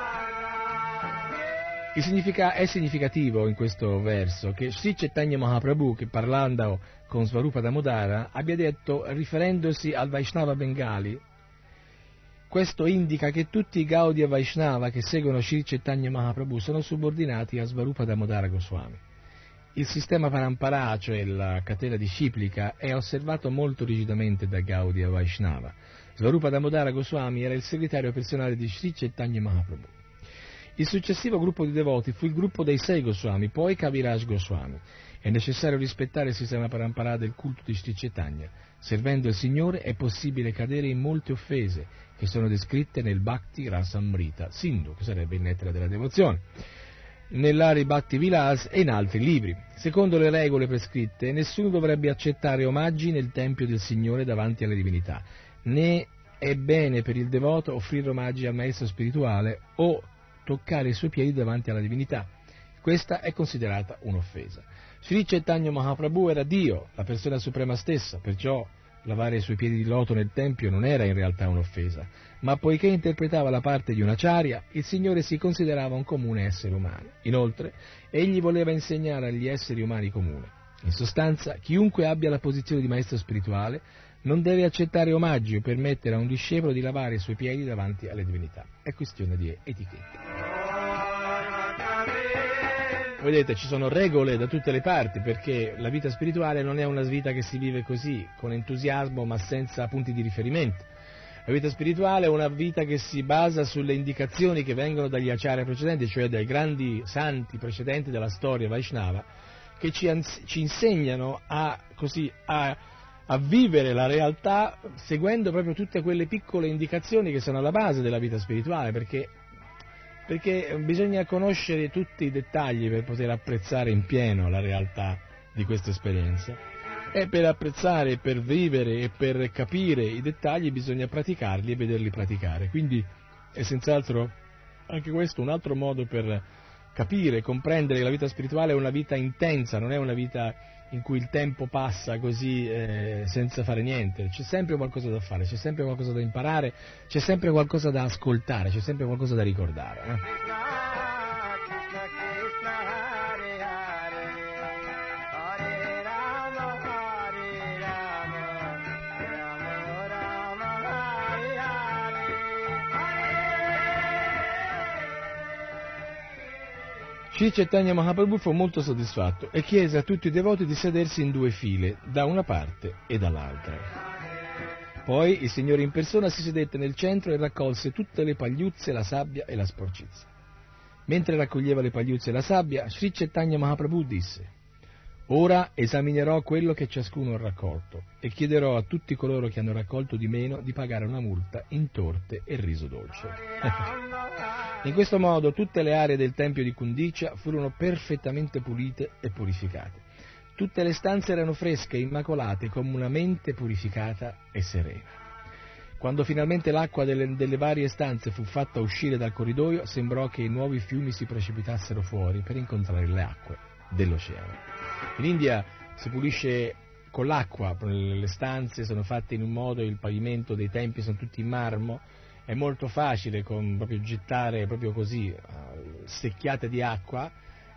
Il significa, è significativo in questo verso che Sri Chaitanya Mahaprabhu, che parlando con Svarupa Damodara, abbia detto, riferendosi al Vaishnava Bengali, questo indica che tutti i Gaudiya Vaishnava che seguono Sri Chaitanya Mahaprabhu sono subordinati a Svarupa Damodara Goswami. Il sistema Parampara, cioè la catena disciplica, è osservato molto rigidamente da Gaudiya Vaishnava. Svarupa Damodara Goswami era il segretario personale di Sri Chaitanya Mahaprabhu. Il successivo gruppo di devoti fu il gruppo dei sei Goswami, poi Kaviraj Goswami. È necessario rispettare il sistema Parampara del culto di Sri Chaitanya. Servendo il Signore è possibile cadere in molte offese che sono descritte nel Bhakti Rasamrita Sindhu, che sarebbe il nettare della devozione, nell'Ari Bhakti Vilas e in altri libri. Secondo le regole prescritte, nessuno dovrebbe accettare omaggi nel tempio del Signore davanti alle divinità, né è bene per il devoto offrire omaggi al maestro spirituale o toccare i suoi piedi davanti alla divinità. Questa è considerata un'offesa. Sri Chaitanya Mahaprabhu era Dio, la persona suprema stessa, perciò lavare i suoi piedi di loto nel Tempio non era in realtà un'offesa, ma poiché interpretava la parte di un acharya, il Signore si considerava un comune essere umano. Inoltre, egli voleva insegnare agli esseri umani comuni. In sostanza, chiunque abbia la posizione di maestro spirituale non deve accettare omaggi o permettere a un discepolo di lavare i suoi piedi davanti alle divinità. È questione di etichetta. Vedete, ci sono regole da tutte le parti, perché la vita spirituale non è una vita che si vive così, con entusiasmo ma senza punti di riferimento. La vita spirituale è una vita che si basa sulle indicazioni che vengono dagli acharya precedenti, cioè dai grandi santi precedenti della storia Vaishnava, che ci, ans- ci insegnano a, così, a, a vivere la realtà seguendo proprio tutte quelle piccole indicazioni che sono alla base della vita spirituale, perché perché bisogna conoscere tutti i dettagli per poter apprezzare in pieno la realtà di questa esperienza. E per apprezzare, per vivere e per capire i dettagli bisogna praticarli e vederli praticare. Quindi è senz'altro anche questo un altro modo per capire, comprendere che la vita spirituale è una vita intensa, non è una vita in cui il tempo passa così eh, senza fare niente. C'è sempre qualcosa da fare, c'è sempre qualcosa da imparare, c'è sempre qualcosa da ascoltare, c'è sempre qualcosa da ricordare. Eh? Sri Chaitanya Mahaprabhu fu molto soddisfatto e chiese a tutti i devoti di sedersi in due file, da una parte e dall'altra. Poi il Signore in persona si sedette nel centro e raccolse tutte le pagliuzze, la sabbia e la sporcizia. Mentre raccoglieva le pagliuzze e la sabbia, Sri Chaitanya Mahaprabhu disse: «Ora esaminerò quello che ciascuno ha raccolto e chiederò a tutti coloro che hanno raccolto di meno di pagare una multa in torte e riso dolce». In questo modo tutte le aree del tempio di Kundicia furono perfettamente pulite e purificate. Tutte le stanze erano fresche e immacolate come una mente purificata e serena. Quando finalmente l'acqua delle, delle varie stanze fu fatta uscire dal corridoio, sembrò che i nuovi fiumi si precipitassero fuori per incontrare le acque dell'oceano. In India si pulisce con l'acqua, le stanze sono fatte in un modo, il pavimento dei templi sono tutti in marmo. È molto facile con, proprio gettare proprio così uh, secchiate di acqua,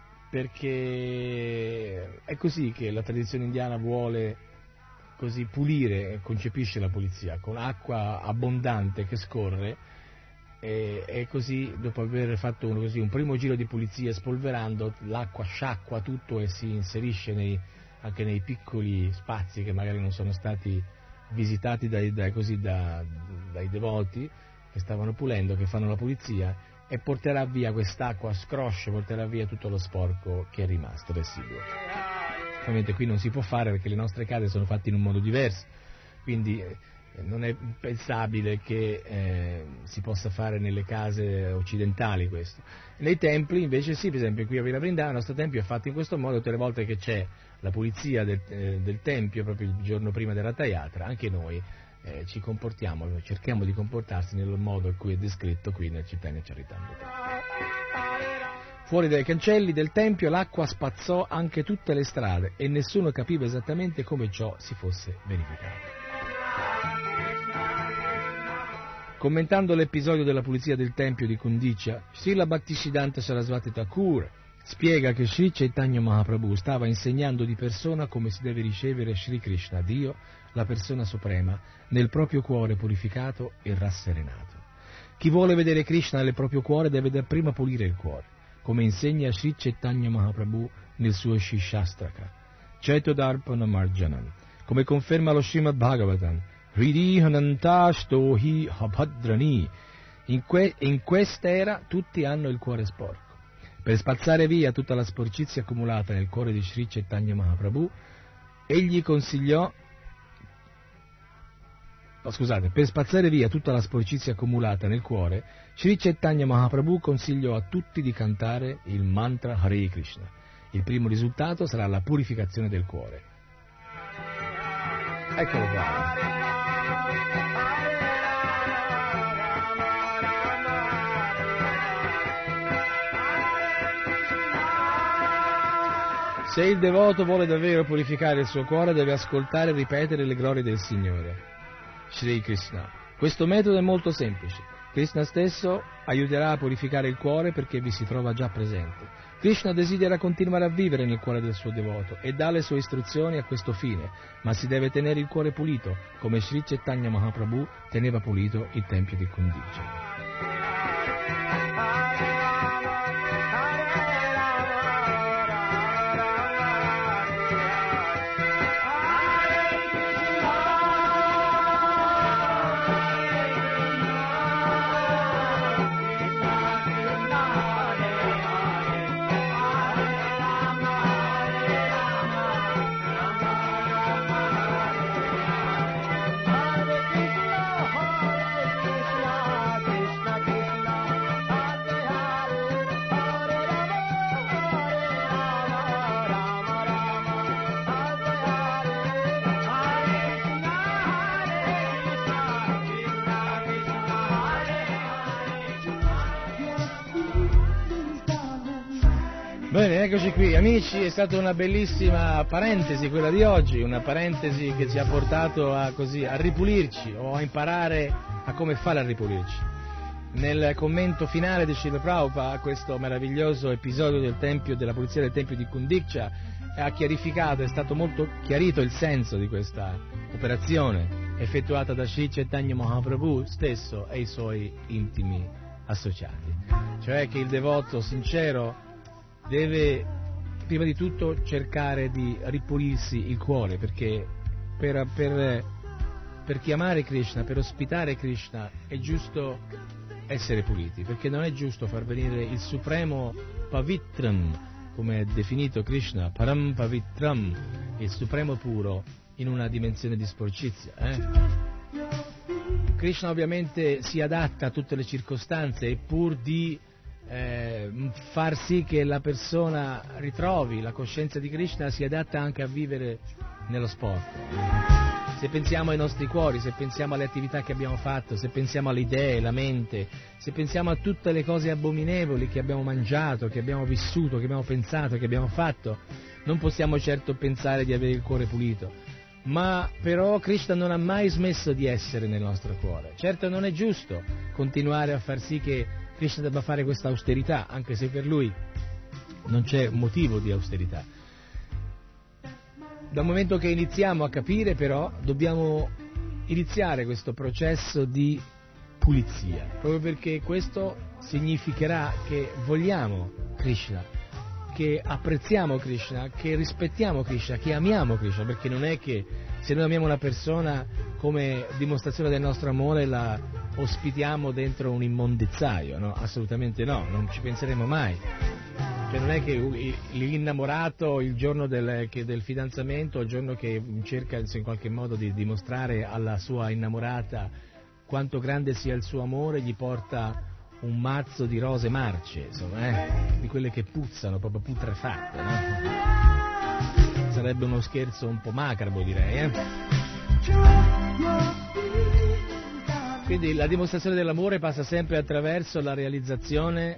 perché è così che la tradizione indiana vuole così pulire, concepisce la pulizia, con acqua abbondante che scorre, e, e così dopo aver fatto un, così, un primo giro di pulizia spolverando, l'acqua sciacqua tutto e si inserisce nei, anche nei piccoli spazi che magari non sono stati visitati dai, dai, così, da, dai devoti che stavano pulendo, che fanno la pulizia, e porterà via quest'acqua a scroscio, porterà via tutto lo sporco che è rimasto residuo. Ovviamente qui non si può fare perché le nostre case sono fatte in un modo diverso, quindi eh, non è pensabile che eh, si possa fare nelle case occidentali questo. Nei templi invece sì, per esempio qui a Villa Vrindavana il nostro tempio è fatto in questo modo, tutte le volte che c'è la pulizia del, eh, del tempio, proprio il giorno prima della Ratha Yatra, anche noi Eh, ci comportiamo, cerchiamo di comportarsi nel modo in cui è descritto qui nel Chaitanya Charitamrita. Fuori dai cancelli del tempio l'acqua spazzò anche tutte le strade e nessuno capiva esattamente come ciò si fosse verificato. Commentando l'episodio della pulizia del tempio di Kundicia, Srila Bhaktisiddhanta Sarasvati Thakur spiega che Sri Chaitanya Mahaprabhu stava insegnando di persona come si deve ricevere Sri Krishna, Dio, la persona suprema, nel proprio cuore purificato e rasserenato. Chi vuole vedere Krishna nel proprio cuore deve dapprima pulire il cuore, come insegna Sri Chaitanya Mahaprabhu nel suo Shishastraka, Chaitodarpana Marjanam, come conferma lo Srimad Bhagavatam, Hridi Hanantastohi Habhadrani. In, que- in quest'era tutti hanno il cuore sporco. Per spazzare via tutta la sporcizia accumulata nel cuore di Sri Chaitanya Mahaprabhu, egli consigliò Oh, scusate, per spazzare via tutta la sporcizia accumulata nel cuore, Sri Chaitanya Mahaprabhu consigliò a tutti di cantare il mantra Hare Krishna. Il primo risultato sarà la purificazione del cuore. Eccolo qua. Se il devoto vuole davvero purificare il suo cuore, deve ascoltare e ripetere le glorie del Signore, Shri Krishna. Questo metodo è molto semplice. Krishna stesso aiuterà a purificare il cuore perché vi si trova già presente. Krishna desidera continuare a vivere nel cuore del suo devoto e dà le sue istruzioni a questo fine, ma si deve tenere il cuore pulito, come Sri Chaitanya Mahaprabhu teneva pulito il tempio di Kundikja. Bene, eccoci qui amici, è stata una bellissima parentesi quella di oggi, una parentesi che ci ha portato a, così, a ripulirci o a imparare a come fare a ripulirci. Nel commento finale di Srila Prabhupada a questo meraviglioso episodio del tempio, della pulizia del tempio di Kundikja, ha chiarificato, è stato molto chiarito il senso di questa operazione effettuata da Sri Chaitanya Mahaprabhu stesso e i suoi intimi associati, cioè che il devoto sincero deve prima di tutto cercare di ripulirsi il cuore, perché per, per, per chiamare Krishna, per ospitare Krishna è giusto essere puliti, perché non è giusto far venire il supremo pavitram, come è definito Krishna, param pavitram, il supremo puro, in una dimensione di sporcizia. Eh? Krishna ovviamente si adatta a tutte le circostanze e pur di Eh, far sì che la persona ritrovi la coscienza di Krishna si adatta anche a vivere nello sport. Se pensiamo ai nostri cuori, se pensiamo alle attività che abbiamo fatto, se pensiamo alle idee, la mente, se pensiamo a tutte le cose abominevoli che abbiamo mangiato, che abbiamo vissuto, che abbiamo pensato, che abbiamo fatto, non possiamo certo pensare di avere il cuore pulito. Ma però Krishna non ha mai smesso di essere nel nostro cuore. Certo non è giusto continuare a far sì che Krishna debba fare questa austerità, anche se per lui non c'è motivo di austerità. Dal momento che iniziamo a capire, però, dobbiamo iniziare questo processo di pulizia, proprio perché questo significherà che vogliamo Krishna, che apprezziamo Krishna, che rispettiamo Krishna, che amiamo Krishna, perché non è che se noi amiamo una persona come dimostrazione del nostro amore la ospitiamo dentro un immondezzaio, no? Assolutamente no, non ci penseremo mai. Cioè non è che l'innamorato il giorno del, che del fidanzamento, il giorno che cerca in qualche modo di dimostrare alla sua innamorata quanto grande sia il suo amore, gli porta un mazzo di rose marce, insomma, eh? Di quelle che puzzano, proprio putrefatte, no? Sarebbe uno scherzo un po' macabro, direi, eh? Quindi la dimostrazione dell'amore passa sempre attraverso la realizzazione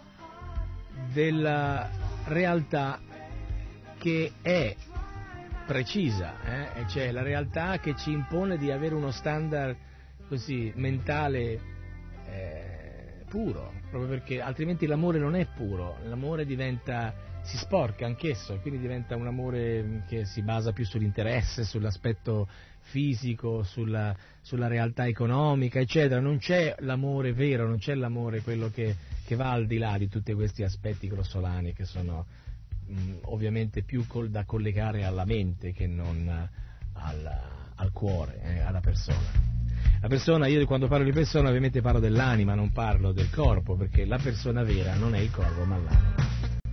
della realtà che è precisa, eh? E cioè la realtà che ci impone di avere uno standard così mentale eh, puro, proprio perché altrimenti l'amore non è puro, l'amore diventa, si sporca anch'esso, quindi diventa un amore che si basa più sull'interesse, sull'aspetto fisico, sulla, sulla realtà economica, eccetera. Non c'è l'amore vero, non c'è l'amore quello che, che va al di là di tutti questi aspetti grossolani che sono mh, ovviamente più col, da collegare alla mente che non al, al cuore, eh, alla persona. La persona, io quando parlo di persona ovviamente parlo dell'anima, non parlo del corpo, perché la persona vera non è il corpo ma l'anima.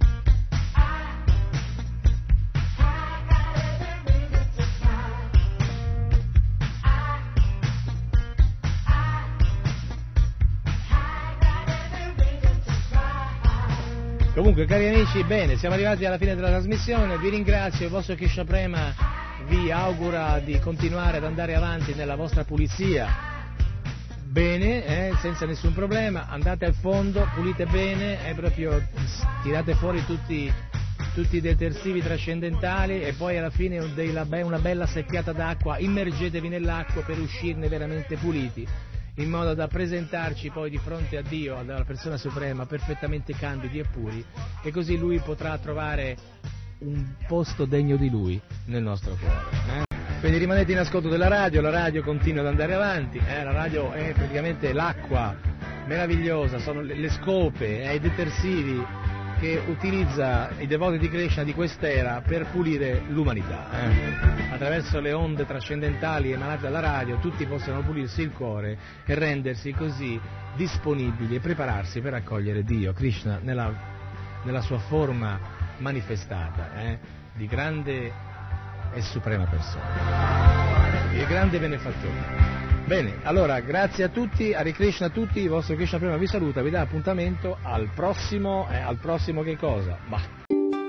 Comunque, cari amici, bene, siamo arrivati alla fine della trasmissione, vi ringrazio, il vostro Krishna Prema vi augura di continuare ad andare avanti nella vostra pulizia, bene, eh, senza nessun problema, andate al fondo, pulite bene, eh, proprio tirate fuori tutti, tutti i detersivi trascendentali e poi alla fine una bella secchiata d'acqua, immergetevi nell'acqua per uscirne veramente puliti, in modo da presentarci poi di fronte a Dio, alla persona suprema, perfettamente candidi e puri, e così Lui potrà trovare un posto degno di Lui nel nostro cuore. Eh? Quindi rimanete in ascolto della radio, la radio continua ad andare avanti, eh? La radio è praticamente l'acqua meravigliosa, sono le, le scope, eh, i detersivi che utilizza i devoti di Krishna di quest'era per pulire l'umanità. Eh? Attraverso le onde trascendentali emanate dalla radio tutti possono pulirsi il cuore e rendersi così disponibili e prepararsi per accogliere Dio, Krishna, nella, nella sua forma manifestata, eh? di grande e suprema persona, il grande benefattore. Bene, allora grazie a tutti, Hare Krishna a tutti, il vostro Krishna Prema vi saluta, vi dà appuntamento al prossimo, eh, al prossimo che cosa? Bah.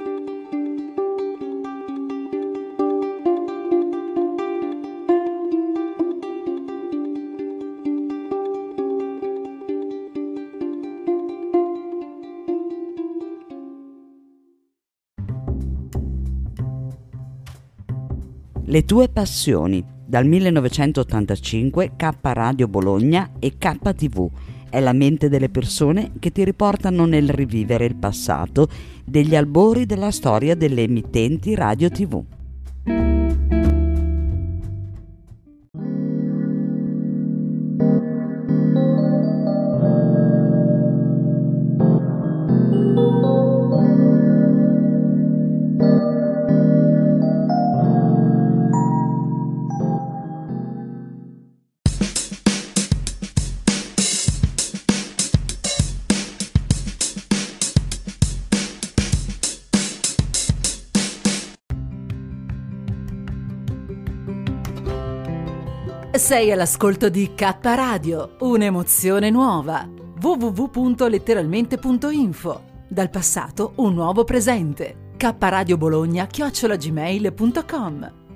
Le tue passioni, dal millenovecentottantacinque, K Radio Bologna e K T V. È la mente delle persone che ti riportano nel rivivere il passato degli albori della storia delle emittenti radio tivù. Sei all'ascolto di K Radio, un'emozione nuova. w w w punto letteralmente punto info. Dal passato un nuovo presente. K Radio Bologna chiocciola gmail punto com.